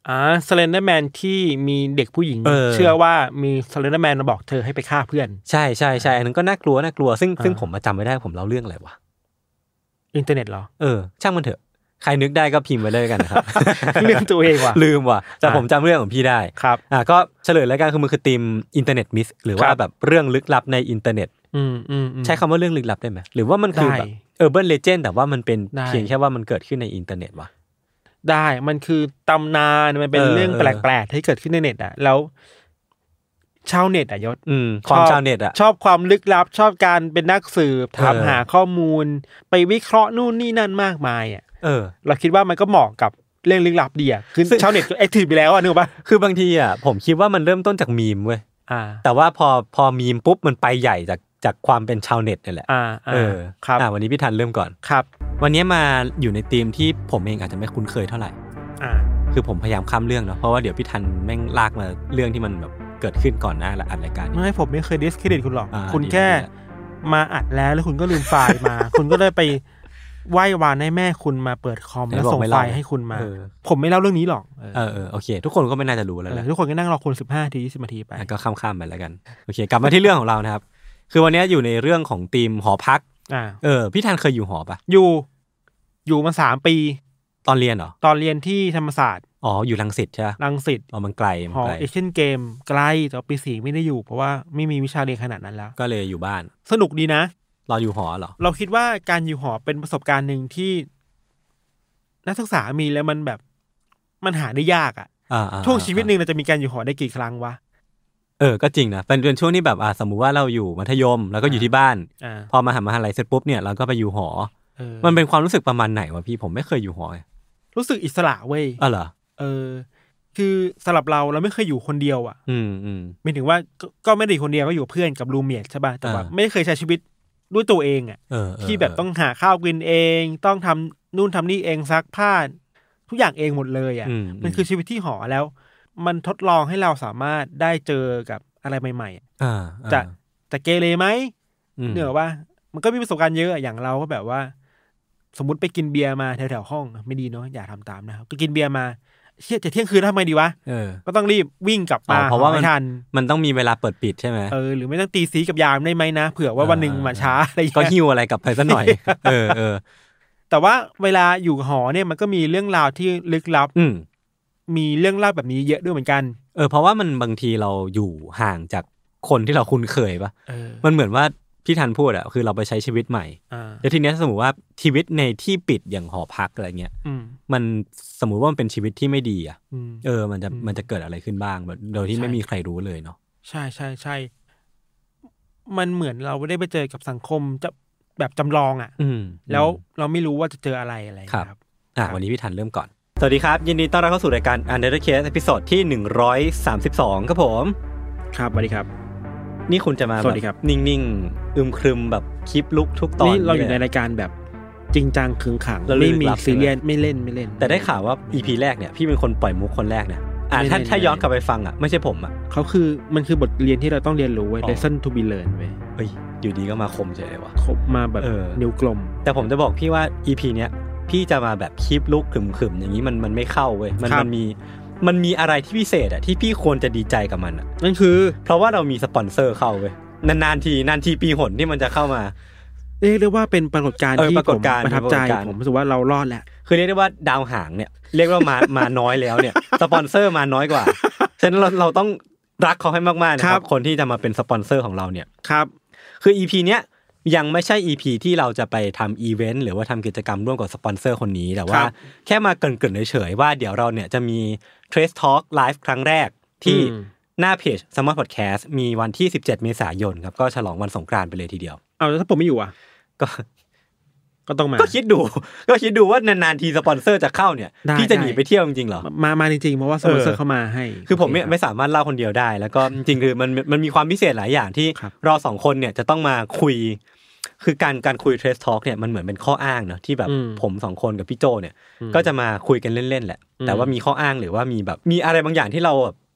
อ่าสเลนเดอร์แมนที่มีเด็กผู้หญิงเออเชื่อว่ามีสเลนเดอร์แมนมาบอกเธอให้ไปฆ่าเพื่อนใช่ใช่ใช่อันนั้นก็น่ากลัวน่ากลัวซึ่งซึ่งผมมาจำไม่ได้ผมเล่าเรื่องอะไรวะอินเทอร์เน็ตเหรอเออช่างมันเถอะใครนึกได้ก็พิมพ์ไว้เลยกันนะครับเรื่องตัวเองว่ะลืมว่ะแต่ผมจำเรื่องของพี่ได้ครับอ่าก็เฉลยแล้วกันคือมันคือธีมอินเทอร์เน็ตมิสหรือว่าแบบเรื่องลึกลับในอินเทอร์เน็ตอืมอืมใช้คำว่าเรื่องลึกลับได้ไหมหรือว่ามันคือแบบเออร์เบิร์นเลเจนด์แต่ว่ามันเป็นเพียงแค่ว่ามันเกิดขึ้นในอินเทอร์เน็ตวะได้มันคือตำนานมันเป็นเรื่องแปลกๆที่เกิดขึ้นในเน็ตอ่ะแล้วชาวเน็ตอ่ะยศความชาวเน็ตอ่ะชอบความลึกลับชอบการเป็นนักสืบถามหาข้อมูลไปวิเคราะห์นู่นนี่นั่นมากมายอ่ะเออเราคิดว่ามันก็เหมาะกับเรื่องลึกลับดีอ่ะคือชาวเน็ตแอคทีฟไปแล้วอ่ะนึกป่ะคือบางทีอ่ะผมคิดว่ามันเริ่มต้นจากมีมเว้ยแต่ว่าพอพอมีมปุ๊บมันไปใหญ่จากจากความเป็นชาวเน็ตนี่แหละเออครับวันนี้พี่ทันเริ่มก่อนครับวันนี้มาอยู่ในธีมที่ผมเองอาจจะไม่คุ้นเคยเท่าไหร่คือผมพยายามข้ามเรื่องเนาะเพราะว่าเดี๋ยวพี่ทันแม่งลากมาเรื่องที่มันแบบเกิดขึ้นก่อนหน้าละอัดรายการไม่ผมไม่เคยดิสเครดิตคุณหรอกคุณแค่มาอัดแล้วแล้วคุณก็ลืมไฟล์มาคุณก็เลยไปไหว้วานให้แม่คุณมาเปิดคอมแล้วส่งไฟล์ให้คุณมาผมไม่เล่าเรื่องนี้หรอกเออเออโอเคทุกคนก็ไม่น่าจะรู้แล้วแหละทุกคนก็นั่งรอคุณสิบห้านาทียี่สิบนาทีไปก็ข้ามๆไปแล้วกันโอเคกลับมาที่เรื่องของเรานะครับคือวันนี้อยู่ในเรื่องของธีมหอพักอ่าเออพี่ทันเคยอยู่หอปะอยู่อยู่มาสามปีตอนเรียนเหรอตอนเรียนที่ธรรมศาสตร์อ๋ออยู่รังสิตใช่รังสิตอ๋อมันไกลหอเอเชียนเกมไกลแต่ปีสี่ไม่ได้อยู่เพราะว่าไม่มีวิชาเรียนขนาดนั้นแล้วก็เลยอยู่บ้านสนุกดีนะเราอยู่หอเหรอเราคิดว่าการอยู่หอเป็นประสบการณ์นึงที่นักศึกษามีแล้วมันแบบมันหาได้ยากอ่ะช่วงชีวิตนึงเราจะมีการอยู่หอได้กี่ครั้งวะเออก็จริงนะเป็นเป็นช่วงที่แบบอ่าสมมุติว่าเราอยู่มัธยมแล้วก็อยู่ที่บ้านพอมาหามหาลัยเสร็จปุ๊บเนี่ยเราก็ไปอยู่หอมันเป็นความรู้สึกประมาณไหนวะพี่ผมไม่เคยอยู่หอรู้สึกอิสระเว้ยอ๋อเหรอเออคือสำหรับเราเราไม่เคยอยู่คนเดียวอ่ะอืมอืมหมายถึงว่าก็ไม่ได้คนเดียวก็อยู่เพื่อนกับรูมเมทใช่ป่ะแต่ว่าไม่เคยใช้ชีวิตด้วยตัวเองอ่ะที่แบบต้องหาข้าวกินเองต้องทำนู่นทำนี่เองซักผ้าทุกอย่างเองหมดเลยอ่ะมันคือชีวิตที่หอแล้วมันทดลองให้เราสามารถได้เจอกับอะไรใหม่ๆจะจะเกเรไหมเหนือว่ามันก็มีประสบการณ์เยอะอย่างเราก็แบบว่าสมมุติไปกินเบียร์มาแถวๆห้องไม่ดีเนาะอย่าทำตามนะครับก็กินเบียร์มาเชี่ยจะเที่ยงคืนทำไมดีวะก็ต้องรีบวิ่งกลับมาเพราะว่าไม่ทันมันต้องมีเวลาเปิดปิดใช่ไหมเออหรือไม่ต้องตีซีกับยามได้ไหมนะเผื่อว่าวันหนึ่งมาช้าอะไรก็หิ้วอะไรกลับไปสักหน่อยเออเออแต่ว่าเวลาอยู่หอเนี่ยมันก็มีเรื่องราวที่ลึกลับมีเรื่องเล่าแบบนี้เยอะด้วยเหมือนกันเออเพราะว่ามันบางทีเราอยู่ห่างจากคนที่เราคุ้นเคยปะมันเหมือนว่าพี่ทันพูดอะคือเราไปใช้ชีวิตใหม่แล้วทีนี้สมมติว่าชีวิตในที่ปิดอย่างหอพักอะไรเงี้ยมันสมมุติว่ามันเป็นชีวิตที่ไม่ดีอะเออมันจะมันจะเกิดอะไรขึ้นบ้างแบบโดยที่ไม่มีใครรู้เลยเนาะใช่ใช่ใช่มันเหมือนเราได้ไปเจอกับสังคมจะแบบจำลองอะแล้วเราไม่รู้ว่าจะเจออะไรอะไรครับอ่ะวันนี้พี่ทันเริ่มก่อนสวัสดีครับยินดีต้อนรับเข้าสู่รายการ Under the Case ตอนที่หนึ่งร้อยสามสิบสองครับผมครับสวัสดีครับนี่คุณจะมาแบบนิ่งๆอึมครึมแบบคลิปลุกทุกตอนนี่เราอยู่ในรายการแบบจริงจังขึงขังไม่มีซีเรียสไม่เล่นไม่เล่นแต่ได้ข่าวว่า อี พี แรกเนี่ยพี่เป็นคนปล่อยมุกคนแรกเนี่ยอ่าถ้าถ้าย้อนกลับไปฟังอ่ะไม่ใช่ผมอ่ะเขาคือมันคือบทเรียนที่เราต้องเรียนรู้ไว้ lesson to be learned เว้ยเฮ้ยอยู่ดีก็มาคมเฉยว่ะคมมาแบบนิ้วกลมแต่ผมจะบอกพี่ว่า อี พี เนี้ยพี่จะมาแบบคลิปลุกขึมๆอย่างนี้มันมันไม่เข้าเว้ยมันมันมีมันมีอะไรที่พิเศษอ่ะที่พี่ควรจะดีใจกับมันอ่ะนั่นคือเพราะว่าเรามีสปอนเซอร์เข้าเว้ยนานๆทีนานทีปีหนที่มันจะเข้ามาเรียกได้ว่าเป็นปรากฏการณ์ที่ผมประทับใจผมรู้สึกว่าเรารอดแล้วคือเรียกได้ว่าดาวหางเนี่ยเรียกว่ามามาน้อยแล้วเนี่ยสปอนเซอร์มาน้อยกว่าฉะนั้นเราเราต้องรักเขาให้มากๆนะครับคนที่จะมาเป็นสปอนเซอร์ของเราเนี่ยครับคือ อี พี เนี้ยยังไม่ใช่ อี พี ที่เราจะไปทำอีเวนต์หรือว่าทำกิจกรรมร่วมกับสปอนเซอร์คนนี้แต่ว่าแค่มาเกริ่นๆเฉยๆว่าเดี๋ยวเราเนี่ยจะมี Trace Talk Live ครั้งแรกที่หน้าเพจ Summer Podcast มีวันที่สิบเจ็ดเมษายนครับก็ฉลองวันสงกรานต์ไปเลยทีเดียวเอาแล้วถ้าผมไม่อยู่อ่ะก็ก็ต้องมาก็คิดดูก็คิดดูว่านานๆทีสปอนเซอร์จะเข้าเนี่ยพี่จะหนีไปเที่ยวจริงๆเหรอมามาจริงๆเพราะว่าสปอนเซอร์เข้ามาให้คือผมไม่ไม่สามารถเล่าคนเดียวได้แล้วก็จริงๆคือมันมันมีความพิเศษหลายอย่างที่เราสองคนเนี่ยจะต้องมาคุยคือการการคุย Trace Talk เนี่ยมันเหมือนเป็นข้ออ้างเนาะที่แบบผมสองคนกับพี่โจเนี่ยก็จะมาคุยกันเล่นๆแหละแต่ว่ามีข้ออ้างหรือว่ามีแบบมีอะไรบางอย่างที่เรา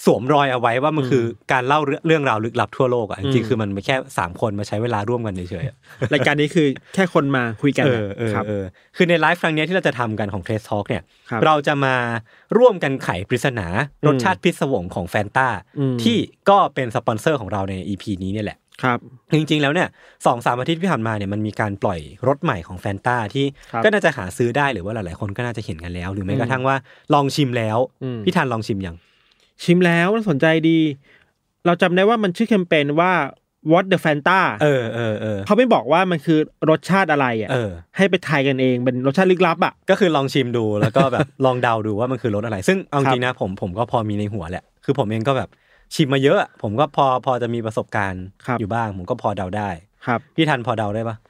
สวมรอยเอาไว้ว่ามันคือการเล่าเรื่องราวลึกลับทั่วโลกอ่ะจริงๆคือมันไม่แค่สามคนมาใช้เวลาร่วมกันเฉยๆรายการนี้คือแค่คนมาคุยกันครับคือในไลฟ์ครั้งนี้ที่เราจะทำกันของ Trace Talk เนี่ยเราจะมาร่วมกันไขปริศนารสชาติพิศวงของแฟนต้าที่ก็เป็นสปอนเซอร์ของเราใน อี พี นี้เนี่ยแหละครับจริงๆแล้วเนี่ย สองสาม อาทิตย์ที่ผ่านมาเนี่ยมันมีการปล่อยรสใหม่ของแฟนต้าที่ก็น่าจะหาซื้อได้หรือว่าหลายๆคนก็น่าจะเห็นกันแล้วหรือแม้กระทั่งว่าลองชิมแล้วพี่ทันลองชิมยังชิมแล้วน่าสนใจดีเราจำได้ว่ามันชื่อแคมเปญว่า What the Fanta เออเออเออเขาไม่บอกว่ามันคือรสชาติอะไรอ่ะให้ไปทายกันเองเป็นรสชาติลึกลับอ่ะก็คือลองชิมดูแล้วก็แบบลองเดาดูว่ามันคือรสอะไรซึ่งเอาจริงนะผมผมก็พอมีในหัวแหละคือผมเองก็แบบชิมมาเยอะผมก็พอพอจะมีประสบการณ์อยู่บ้างผมก็พอเดาได้ครับพี่ทันพอเดาได้ปะ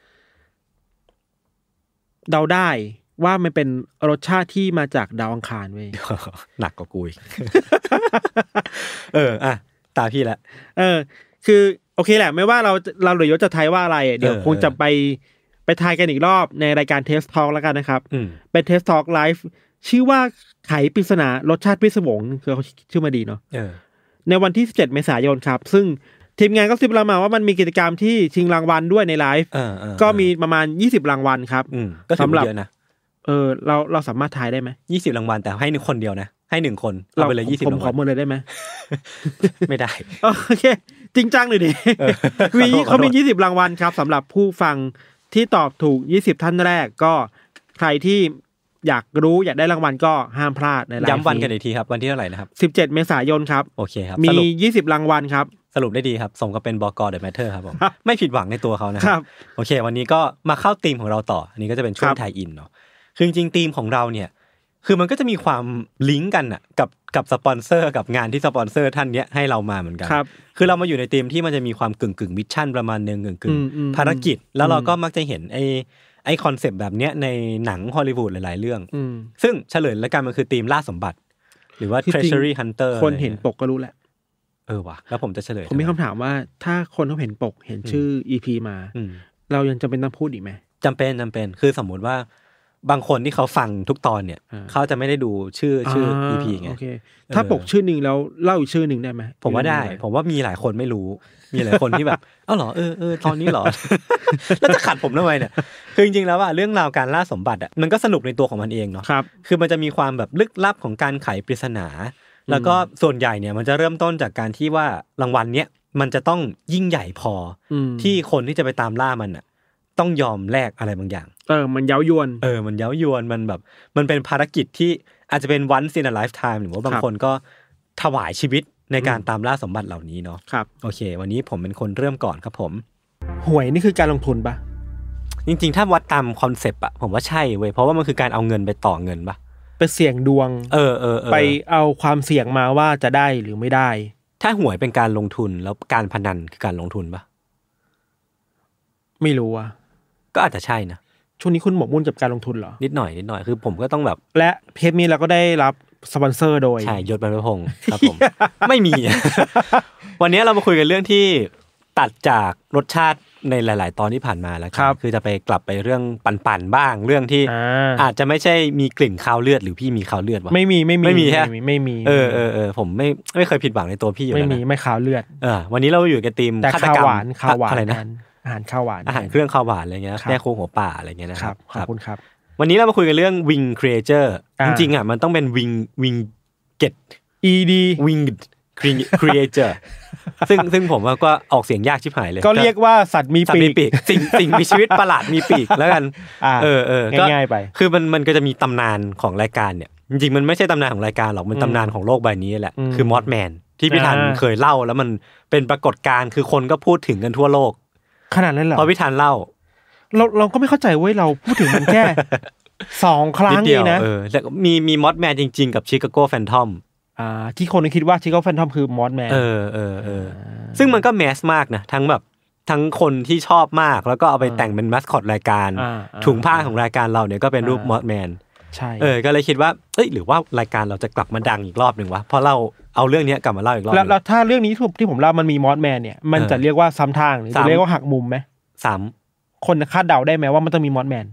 เดาได้ว่ามันเป็นรสชาติที่มาจากดาวอังคารเว้ยหนักกว่ากูอีก เอออ่ะตาพี่ละเออคือโอเคแหละไม่ว่าเราเราหรือยศจะทายว่าอะไรเดี๋ยวคงจะไปไปทายกันอีกรอบในรายการ Taste Talk แล้วกันนะครับเป็น Taste Talk Live ชื่อว่าไขปริศนารสชาติพิศวงคือเขาชื่อมาดีเนาะในวันที่สิบเจ็ดเมษายนครับซึ่งทีมงานก็ซิบเรามาว่ามันมีกิจกรรมที่ชิงรางวัลด้วยในไลฟ์ก็มีประมาณยี่สิบรางวัลครับก็สำหรับเออเราเราสามารถทายได้ไหมยี่สิบรางวัลแต่ให้หนึ่งคนเดียวนะให้หนึ่งคนเอาไปเลยยี่สิบรางวัลผมขอหมดเลยได้ไหมไม่ได้โอเคจริงจังเลยดิมีเขามียี่สิบรางวัลครับสำหรับผู้ฟังที่ตอบถูกยี่สิบท่านแรกก็ใครที่อยากรู้อยากได้รางวัลก็ห้ามพลาดในไลฟ์ย้ำวันกันอีกทีครับวันที่เท่าไหร่นะครับสิบเจ็ดเมษายนครับโอเคครับมียี่สิบรางวัลครับสรุปได้ดีครับสมกับเป็นบก.เดอะแมทเทอร์ครับผมไม่ผิดหวังในตัวเขานะครับโอเควันนี้ก็มาเข้าธีมของเราต่ออันนี้ก็จะเป็นช่วงไทยอินเนาะคือจริงๆธีมของเราเนี่ยคือมันก็จะมีความลิงก์กันอ่ะกับกับสปอนเซอร์กับงานที่สปอนเซอร์ท่านเนี้ยให้เรามาเหมือนกันคือเรามาอยู่ในธีมที่มันจะมีความกึ่งกึ่งมิชชั่นประมาณนึงกึ่งกึ่งภารกิจแล้วเราก็มักจะเห็นไอ้ไอ้คอนเซปต์แบบเนี้ยในหนังฮอลลีวูดหลายๆเรื่องซึ่งเฉลยแล้วกันมันคือธีมล่าสมบัติหรือว่า treasury hunter คนเห็นปกก็รู้แหละเออว่ะแล้วผมจะเฉลยผมมีคำถามว่าถ้าคนเขาเห็นปกเห็นชื่อ อี พี มาเรายังจำเป็นต้องพูดอีกไหมจำเป็นจำเป็นคือสมมุติว่าบางคนที่เขาฟังทุกตอนเนี่ยเขาจะไม่ได้ดูชื่อชื่อ อี พี ไงถ้าปกชื่อนึงแล้วเล่าอีกชื่อนึงได้ไหมผมว่าได้ผมว่ามีหลายคนไม่รู้มีหลายคนที่แบบเอ้าเหรอเออเออตอนนี้เหรอ แล้วจะขัดผมทำไมเนี่ยคือจริงๆแล้วว่าเรื่องราวการล่าสมบัติอ่ะมันก็สนุกในตัวของมันเองเนาะคือมันจะมีความแบบลึกลับของการไขปริศนาแล้วก็ส่วนใหญ่เนี่ยมันจะเริ่มต้นจากการที่ว่ารางวัลเนี้ยมันจะต้องยิ่งใหญ่พอที่คนที่จะไปตามล่ามันอ่ะต้องยอมแลกอะไรบางอย่างเออมันเย้ายวนเออมันเย้ายวนมันแบบมันเป็นภารกิจที่อาจจะเป็น once in a lifetime หรือว่าบางคนก็ถวายชีวิตในการตามล่าสมบัติเหล่านี้เนาะครับโอเควันนี้ผมเป็นคนเริ่มก่อนครับผมหวยนี่คือการลงทุนปะจริงๆถ้าวัดตามคอนเซปต์อะผมว่าใช่เว้ยเพราะว่ามันคือการเอาเงินไปต่อเงินปะไปเสี่ยงดวงเออเออไปเอาความเสี่ยงมาว่าจะได้หรือไม่ได้ถ้าหวยเป็นการลงทุนแล้วการพนันคือการลงทุนปะไม่รู้อะก็อาจจะใช่นะช่วงนี้คุณหมกมุ่นกับการลงทุนเหรอนิดหน่อยนิดหน่อยคือผมก็ต้องแบบและเพจนี้เราก็ได้รับสปอนเซอร์โดยใช่ยศบรรพพงศ์ครับผม ไม่มี วันนี้เรามาคุยกันเรื่องที่ตัดจากรสชาติในหลายๆตอนที่ผ่านมาแล้วครับคือจะไปกลับไปเรื่องปั่นๆบ้างเรื่องที่อาจจะไม่ใช่มีกลิ่นคาวเลือดหรือพี่มีคาวเลือดวะไม่มีไม่มีไม่มีฮะไม่มีเออเออเออผมไม่ไม่เคยผิดหวังในตัวพี่อยู่แล้วนะไม่มีไม่คาวเลือดเออวันนี้เราอยู่กับทีมฆาตกรรมข่าวหวานอะไรนะอาหารข้าวหวานอาหารเครื่องข้าวหวานอะไรเงี้ยแค่โคหัวป่าอะไรเงี้ยนะครับขอบคุณครับวันนี้เรามาคุยกันเรื่อง Wing Creature จริงๆอ่ะมันต้องเป็น Wing Wing Get ed Wing Creature ซึ่งซึ่งผมว่าก็ออกเสียงยากชิบหายเลยก็เรียกว่าสัตว์มีปีกสิ่งสิ่งมีชีวิตประหลาดมีปีกแล้วกันเออเออง่ายๆไปคือมันมันก็จะมีตำนานของรายการเนี่ยจริงๆมันไม่ใช่ตำนานของรายการหรอกมันตำนานของโลกใบนี้แหละคือมอสแมนที่พี่ธันเคยเล่าแล้วมันเป็นปรากฏการณ์คือคนก็พูดถึงกันทั่วโลกขนาดนั้นเหรอพอพี่ธันเล่าเราเราก็ไม่เข้าใจเว้ยเราพูดถึงมันแค่สองครั้งนี่นะเออแต่มีมีมอสแมนจริงๆกับชิคาโกแฟนทอมอ่าที่คนคิดว่าชิคาโกแฟนทอมคือมอสแมนเออเออเออซึ่งมันก็แมสมากนะทั้งแบบทั้งคนที่ชอบมากแล้วก็เอาไปแต่งเป็นมัสคอตรายการถุงผ้าของรายการเราเนี่ยก็เป็นรูปมอสแมนใช่เออก็เลยคิดว่าเอ้ยหรือว่ารายการเราจะกลับมาดังอีกรอบนึงวะเพราะเราเอาเรื่องนี้กลับมาเล่าอีกรอบแล้วถ้าเรื่องนี้ที่ผมเล่ามันมีมอสแมนเนี่ยมันจะเรียกว่าซ้ำทางหรือจะเรียกว่าหักมุมไหมซ้ำคนคาดเดาได้ไหมว่ามันต้องมีมอสแมนผ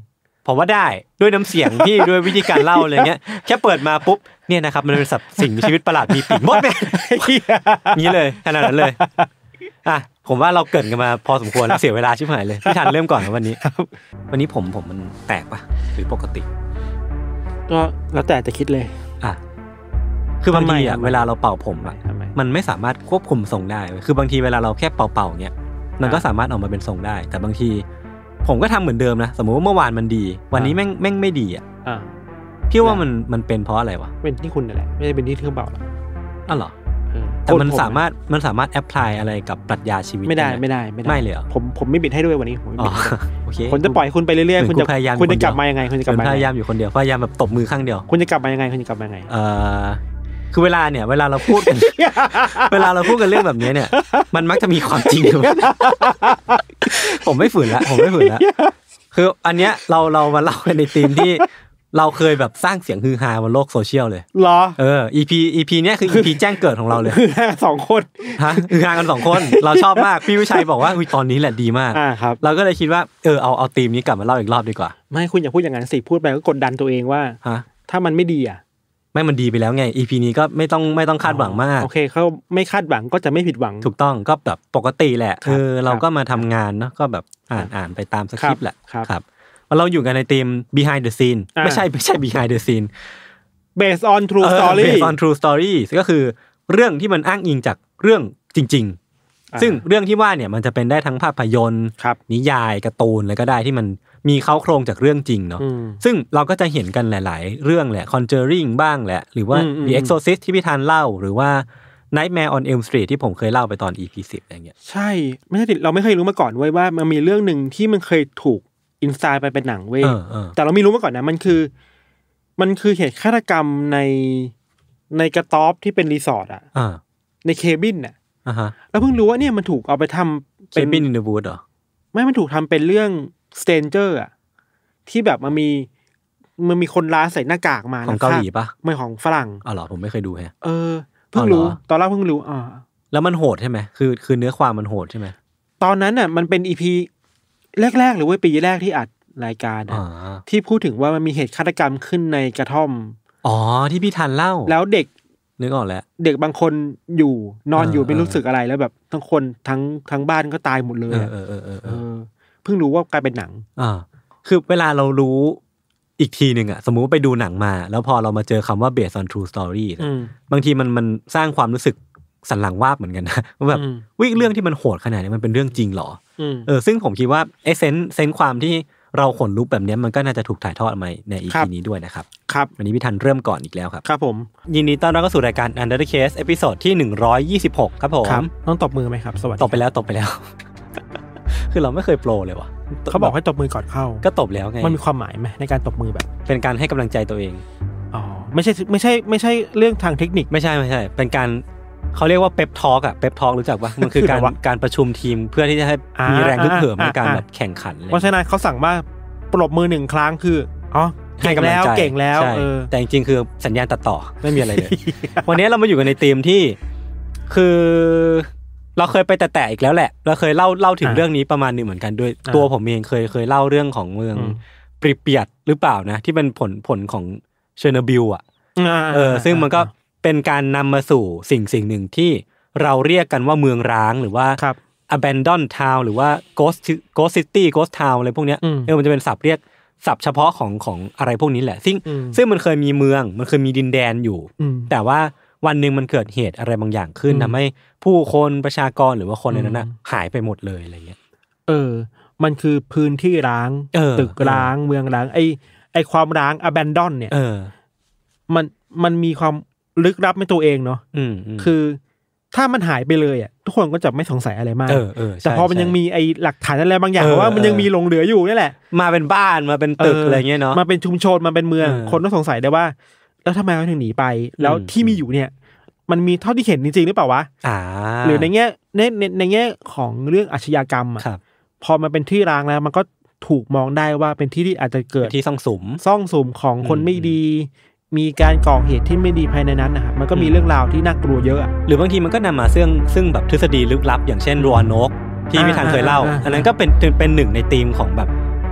ผมว่าได้ด้วยน้ำเสียงพี่ ด้วยวิธีการเล่าอะไรเงี้ยแค่เปิดมาปุ๊บเนี่ยนะครับมันเป็นสัตว์สิ่งมีชีวิตประหลาดมีปีกมดเนี่ยนี้เลยขนาดนั้นเลยอ่ะผมว่าเราเกิดกันมาพอสมควรแล้วเสียเวลาชิบหายเลยพี่ทันเริ่มก่อนวันนี้วันนี้ผมผมมันแตกปะหรือปกติก็แล้วแต่จะคิดเลยอ่ะคือบางทีอ่ะเวลาเราเป่าผมอ่ะมันไม่สามารถควบคุมทรงได้คือบางทีเวลาเราแค่เป่าๆเงี้ยมันก็สามารถออกมาเป็นทรงได้แต่บางทีผมก็ทำเหมือนเดิมนะสมมติว่าเมื่อวานมันดีวันนี้แม่งแม่งไม่ดีอ่ะพี่ว่ามันมันเป็นเพราะอะไรวะเป็นที่คุณนั่นแหละไม่ได้เป็นที่เครื่องเป่าหรอกอ้าวเหรอแต่มันสามารถมันสามารถแอพพลายอะไรกับปรัชญาชีวิตไม่ได้ไม่ได้ไม่ได้ไม่เลยเหรอผมผมไม่บิดให้ด้วยวันนี้ผมไม่บิดโอเคผมจะปล่อยคุณไปเรื่อยๆคุณจะคุณจะกลับมายังไงคุณจะกลับมาพยายามอยู่คนเดียวพยายามแบบตบมือข้างเดียวคุณจะกลับมายังไงคุณจะกลับมายังไงเอ่อคือเวลาเนี่ยเวลาเราพูดกันเวลาเราพูดกันเรื่องแบบนี้เนี่ยมันมักจะมีความจริงอยู่ผมไม่ฝืนละผมไม่ฝืนละคืออันเนี้ยเราเรามาเล่ากันในธีมที่เราเคยแบบสร้างเสียงฮือฮาบนโลกโซเชียลเลยเหรอเออ อี พี อี พี เนี้ยคือ อี พี แจ้งเกิดของเราเลยฮือฮาสองคนฮะฮือฮากันสองคนเราชอบมากพี่วิชัยบอกว่าอุ๊ยตอนนี้แหละดีมากอ่าครับเราก็เลยคิดว่าเออเอาเอาธีมนี้กลับมาเล่าอีกรอบดีกว่าไม่คุณอย่าพูดอย่างนั้นสิพูดไปก็กดดันตัวเองว่าฮะถ้ามันไม่ดีอ่ะไม่มันดีไปแล้วไง อี พี นี้ก็ไม่ต้องไม่ต้องคาดหวังมากโอเคเขาไม่คาดหวังก็จะไม่ผิดหวังถูกต้องก็แบบปกติแหละคือเราก็มาทำงานเนาะก็แบบอ่านอ่านไปตามสคริปต์แหละครับเราอยู่กันในทีม behind the scene ไม่ใช่ไม่ใช่ behind the scene based on true story based on true story ก็คือเรื่องที่มันอ้างอิงจากเรื่องจริงๆซึ่งเรื่องที่ว่าเนี่ยมันจะเป็นได้ทั้งภาพยนตร์นิยายการ์ตูนอะไรก็ได้ที่มันมีเค้าโครงจากเรื่องจริงเนาะซึ่งเราก็จะเห็นกันหลายๆเรื่องแหละ Conjuring บ้างแหละหรือว่า The Exorcist ที่พี่ธันเล่าหรือว่า Nightmare on Elm Street ที่ผมเคยเล่าไปตอน อี พี สิบอะไรเงี้ยใช่ไม่ใช่เราไม่เคยรู้มาก่อนเว้ยว่ามันมีเรื่องนึงที่มันเคยถูกอินสไตล์ไปเป็นหนังเว้ยแต่เราไม่รู้มาก่อนนะมันคือมันคือเหตุฆาตกรรมในในกระต๊อบที่เป็นรีสอร์ทอ่ะในเคบินน่ะแล้วเพิ่งรู้ว่าเนี่ยมันถูกเอาไปทำเป็น Cabin in the Woods เหรอไม่มันถูกทำเป็นเรื่อง Stranger อ่ะที่แบบมันมีมันมีคนร้ายใส่หน้ากากมาของเกาหลีปะไม่ของฝรั่งอ๋อเหรอผมไม่เคยดูแฮะเออเพิ่งรู้ตอนแรกเพิ่งรู้อ่าแล้วมันโหดใช่ไหมคือคือเนื้อความมันโหดใช่ไหมตอนนั้นน่ะมันเป็น อี พีแรกๆหรือว่าปีแรกที่อัดรายการอ่ะที่พูดถึงว่ามันมีเหตุฆาตกรรมขึ้นในกระท่อมอ๋อที่พี่ทันเล่าแล้วเด็กนึกออกแล้วเด็กบางคนอยู่นอนอยู่ไม่รู้สึกอะไรแล้วแบบทั้งคนทั้งทั้งบ้านก็ตายหมดเลยเออเออเออเออเพิ่งรู้ว่ากลายเป็นหนังอ่าคือเวลาเรารู้อีกทีนึงอ่ะสมมุติว่าไปดูหนังมาแล้วพอเรามาเจอคำว่า based on true story บางทีมันมันสร้างความรู้สึกสันหลังวาบเหมือนกันนะว่าแบบวิเรื่องที่มันโหดขนาดนี้มันเป็นเรื่องจริงหรอเออซึ่งผมคิดว่าเอเซนส์เซนส์ความที่เราขนลุกแบบนี้มันก็น่าจะถูกถ่ายทอดมาใน อี พี นี้ด้วยนะครับครับวันนี้พี่ทันเริ่มก่อนอีกแล้วครับครับผมยินดีต้อนรับเข้าสู่รายการ Under the Case เอพิโซดที่หนึ่งร้อยยี่สิบหกครับผมต้องตบมือไหมครับสวัสดีตบไปแล้วตบไปแล้ว คือเราไม่เคยโปรเลยว่ะเขาบอกให้ตบมือก่อนเข้าก็ตบแล้วไงมันมีความหมายไหมในการตบมือแบบเป็นการให้กำลังใจตัวเองอ๋อไม่ใช่ไม่ใช่ไม่ใช่เรื่องทางเทคนิคไม่ใช่ไม่ใช่เป็นการเขาเรียกว่าเป๊ปทอล์กอ่ะเป๊ปทอล์กรู้จักปะมันคือการการประชุมทีมเพื่อที่จะให้มีแรงฮึกเหิมในการแบบแข่งขันเพราะฉะนั้นเขาสั่งว่าปรบมือหนึ่งครั้งคืออ๋อเก่งแล้วเก่งแล้วเออแต่จริงๆคือสัญญาณตัดต่อไม่มีอะไรเลย วันนี้เรามาอยู่กันในทีมที่คือเราเคยไปแตะๆอีกแล้วแหละเราเคยเล่าเล่าถึงเรื่องนี้ประมาณนึงเหมือนกันด้วยตัวผมเองเคยเคยเล่าเรื่องของเมืองปริเปียตหรือเปล่านะที่เป็นผลผลของเชอร์โนบิลอ่ะเออซึ่งมันก็เป็นการนำมาสู่สิ่งสิ่งหนึ่งที่เราเรียกกันว่าเมืองร้างหรือว่า abandoned town หรือว่า ghost ghost city ghost town อะไรพวกเนี้ยเออมันจะเป็นศัพท์เรียกศัพท์เฉพาะของของอะไรพวกนี้แหละซึ่งซึ่งมันเคยมีเมืองมันเคยมีดินแดนอยู่แต่ว่าวันนึงมันเกิดเหตุอะไรบางอย่างขึ้นทำให้ผู้คนประชากรหรือว่าคนในนั้นน่ะหายไปหมดเลยอะไรเงี้ยเออมันคือพื้นที่ร้างตึกร้างเมืองร้างไอไอความร้าง abandon เนี่ยมันมันมีความลึกลับในตัวเองเนาะคือถ้ามันหายไปเลยอ่ะทุกคนก็จะไม่สงสัยอะไรมากแต่พอมันยังมีไอ้หลักฐานอะไรบางอย่างว่ามันยังมีหลงเหลืออยู่นี่แหละมาเป็นบ้านมาเป็นตึกอะไรเงี้ยเนาะมาเป็นชุมชนมาเป็นเมืองคนต้องสงสัยได้ว่าแล้วทำไมเขาถึงหนีไปแล้วที่มีอยู่เนี่ยมันมีเท่าที่เห็นจริงๆหรือเปล่าวะหรือในแง่ในในในแง่ของเรื่องอาชญากรรมอ่ะพอมันเป็นที่ร้างแล้วมันก็ถูกมองได้ว่าเป็นที่ที่อาจจะเกิดที่ซ่องสุมซ่องสุมของคนไม่ดีมีการก่อเหตุที่ไม่ดีภายในนั้นนะครับมันก็มีเรื่องราวที่น่ากลัวเยอะหรือบางทีมันก็นำมาซึ่งซึ่งแบบทฤษฎีลึกลับอย่างเช่นรัวนกที่พี่ธันเคยเล่าอันนั้นก็เป็นเป็นหนึ่งในธีมของแบบ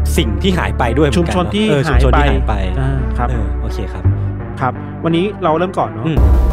สิ่งที่หายไปด้วยชุมชนที่หายไปชุมชนที่หายไปครับโอเคครับครับวันนี้เราเริ่มก่อนเนาะ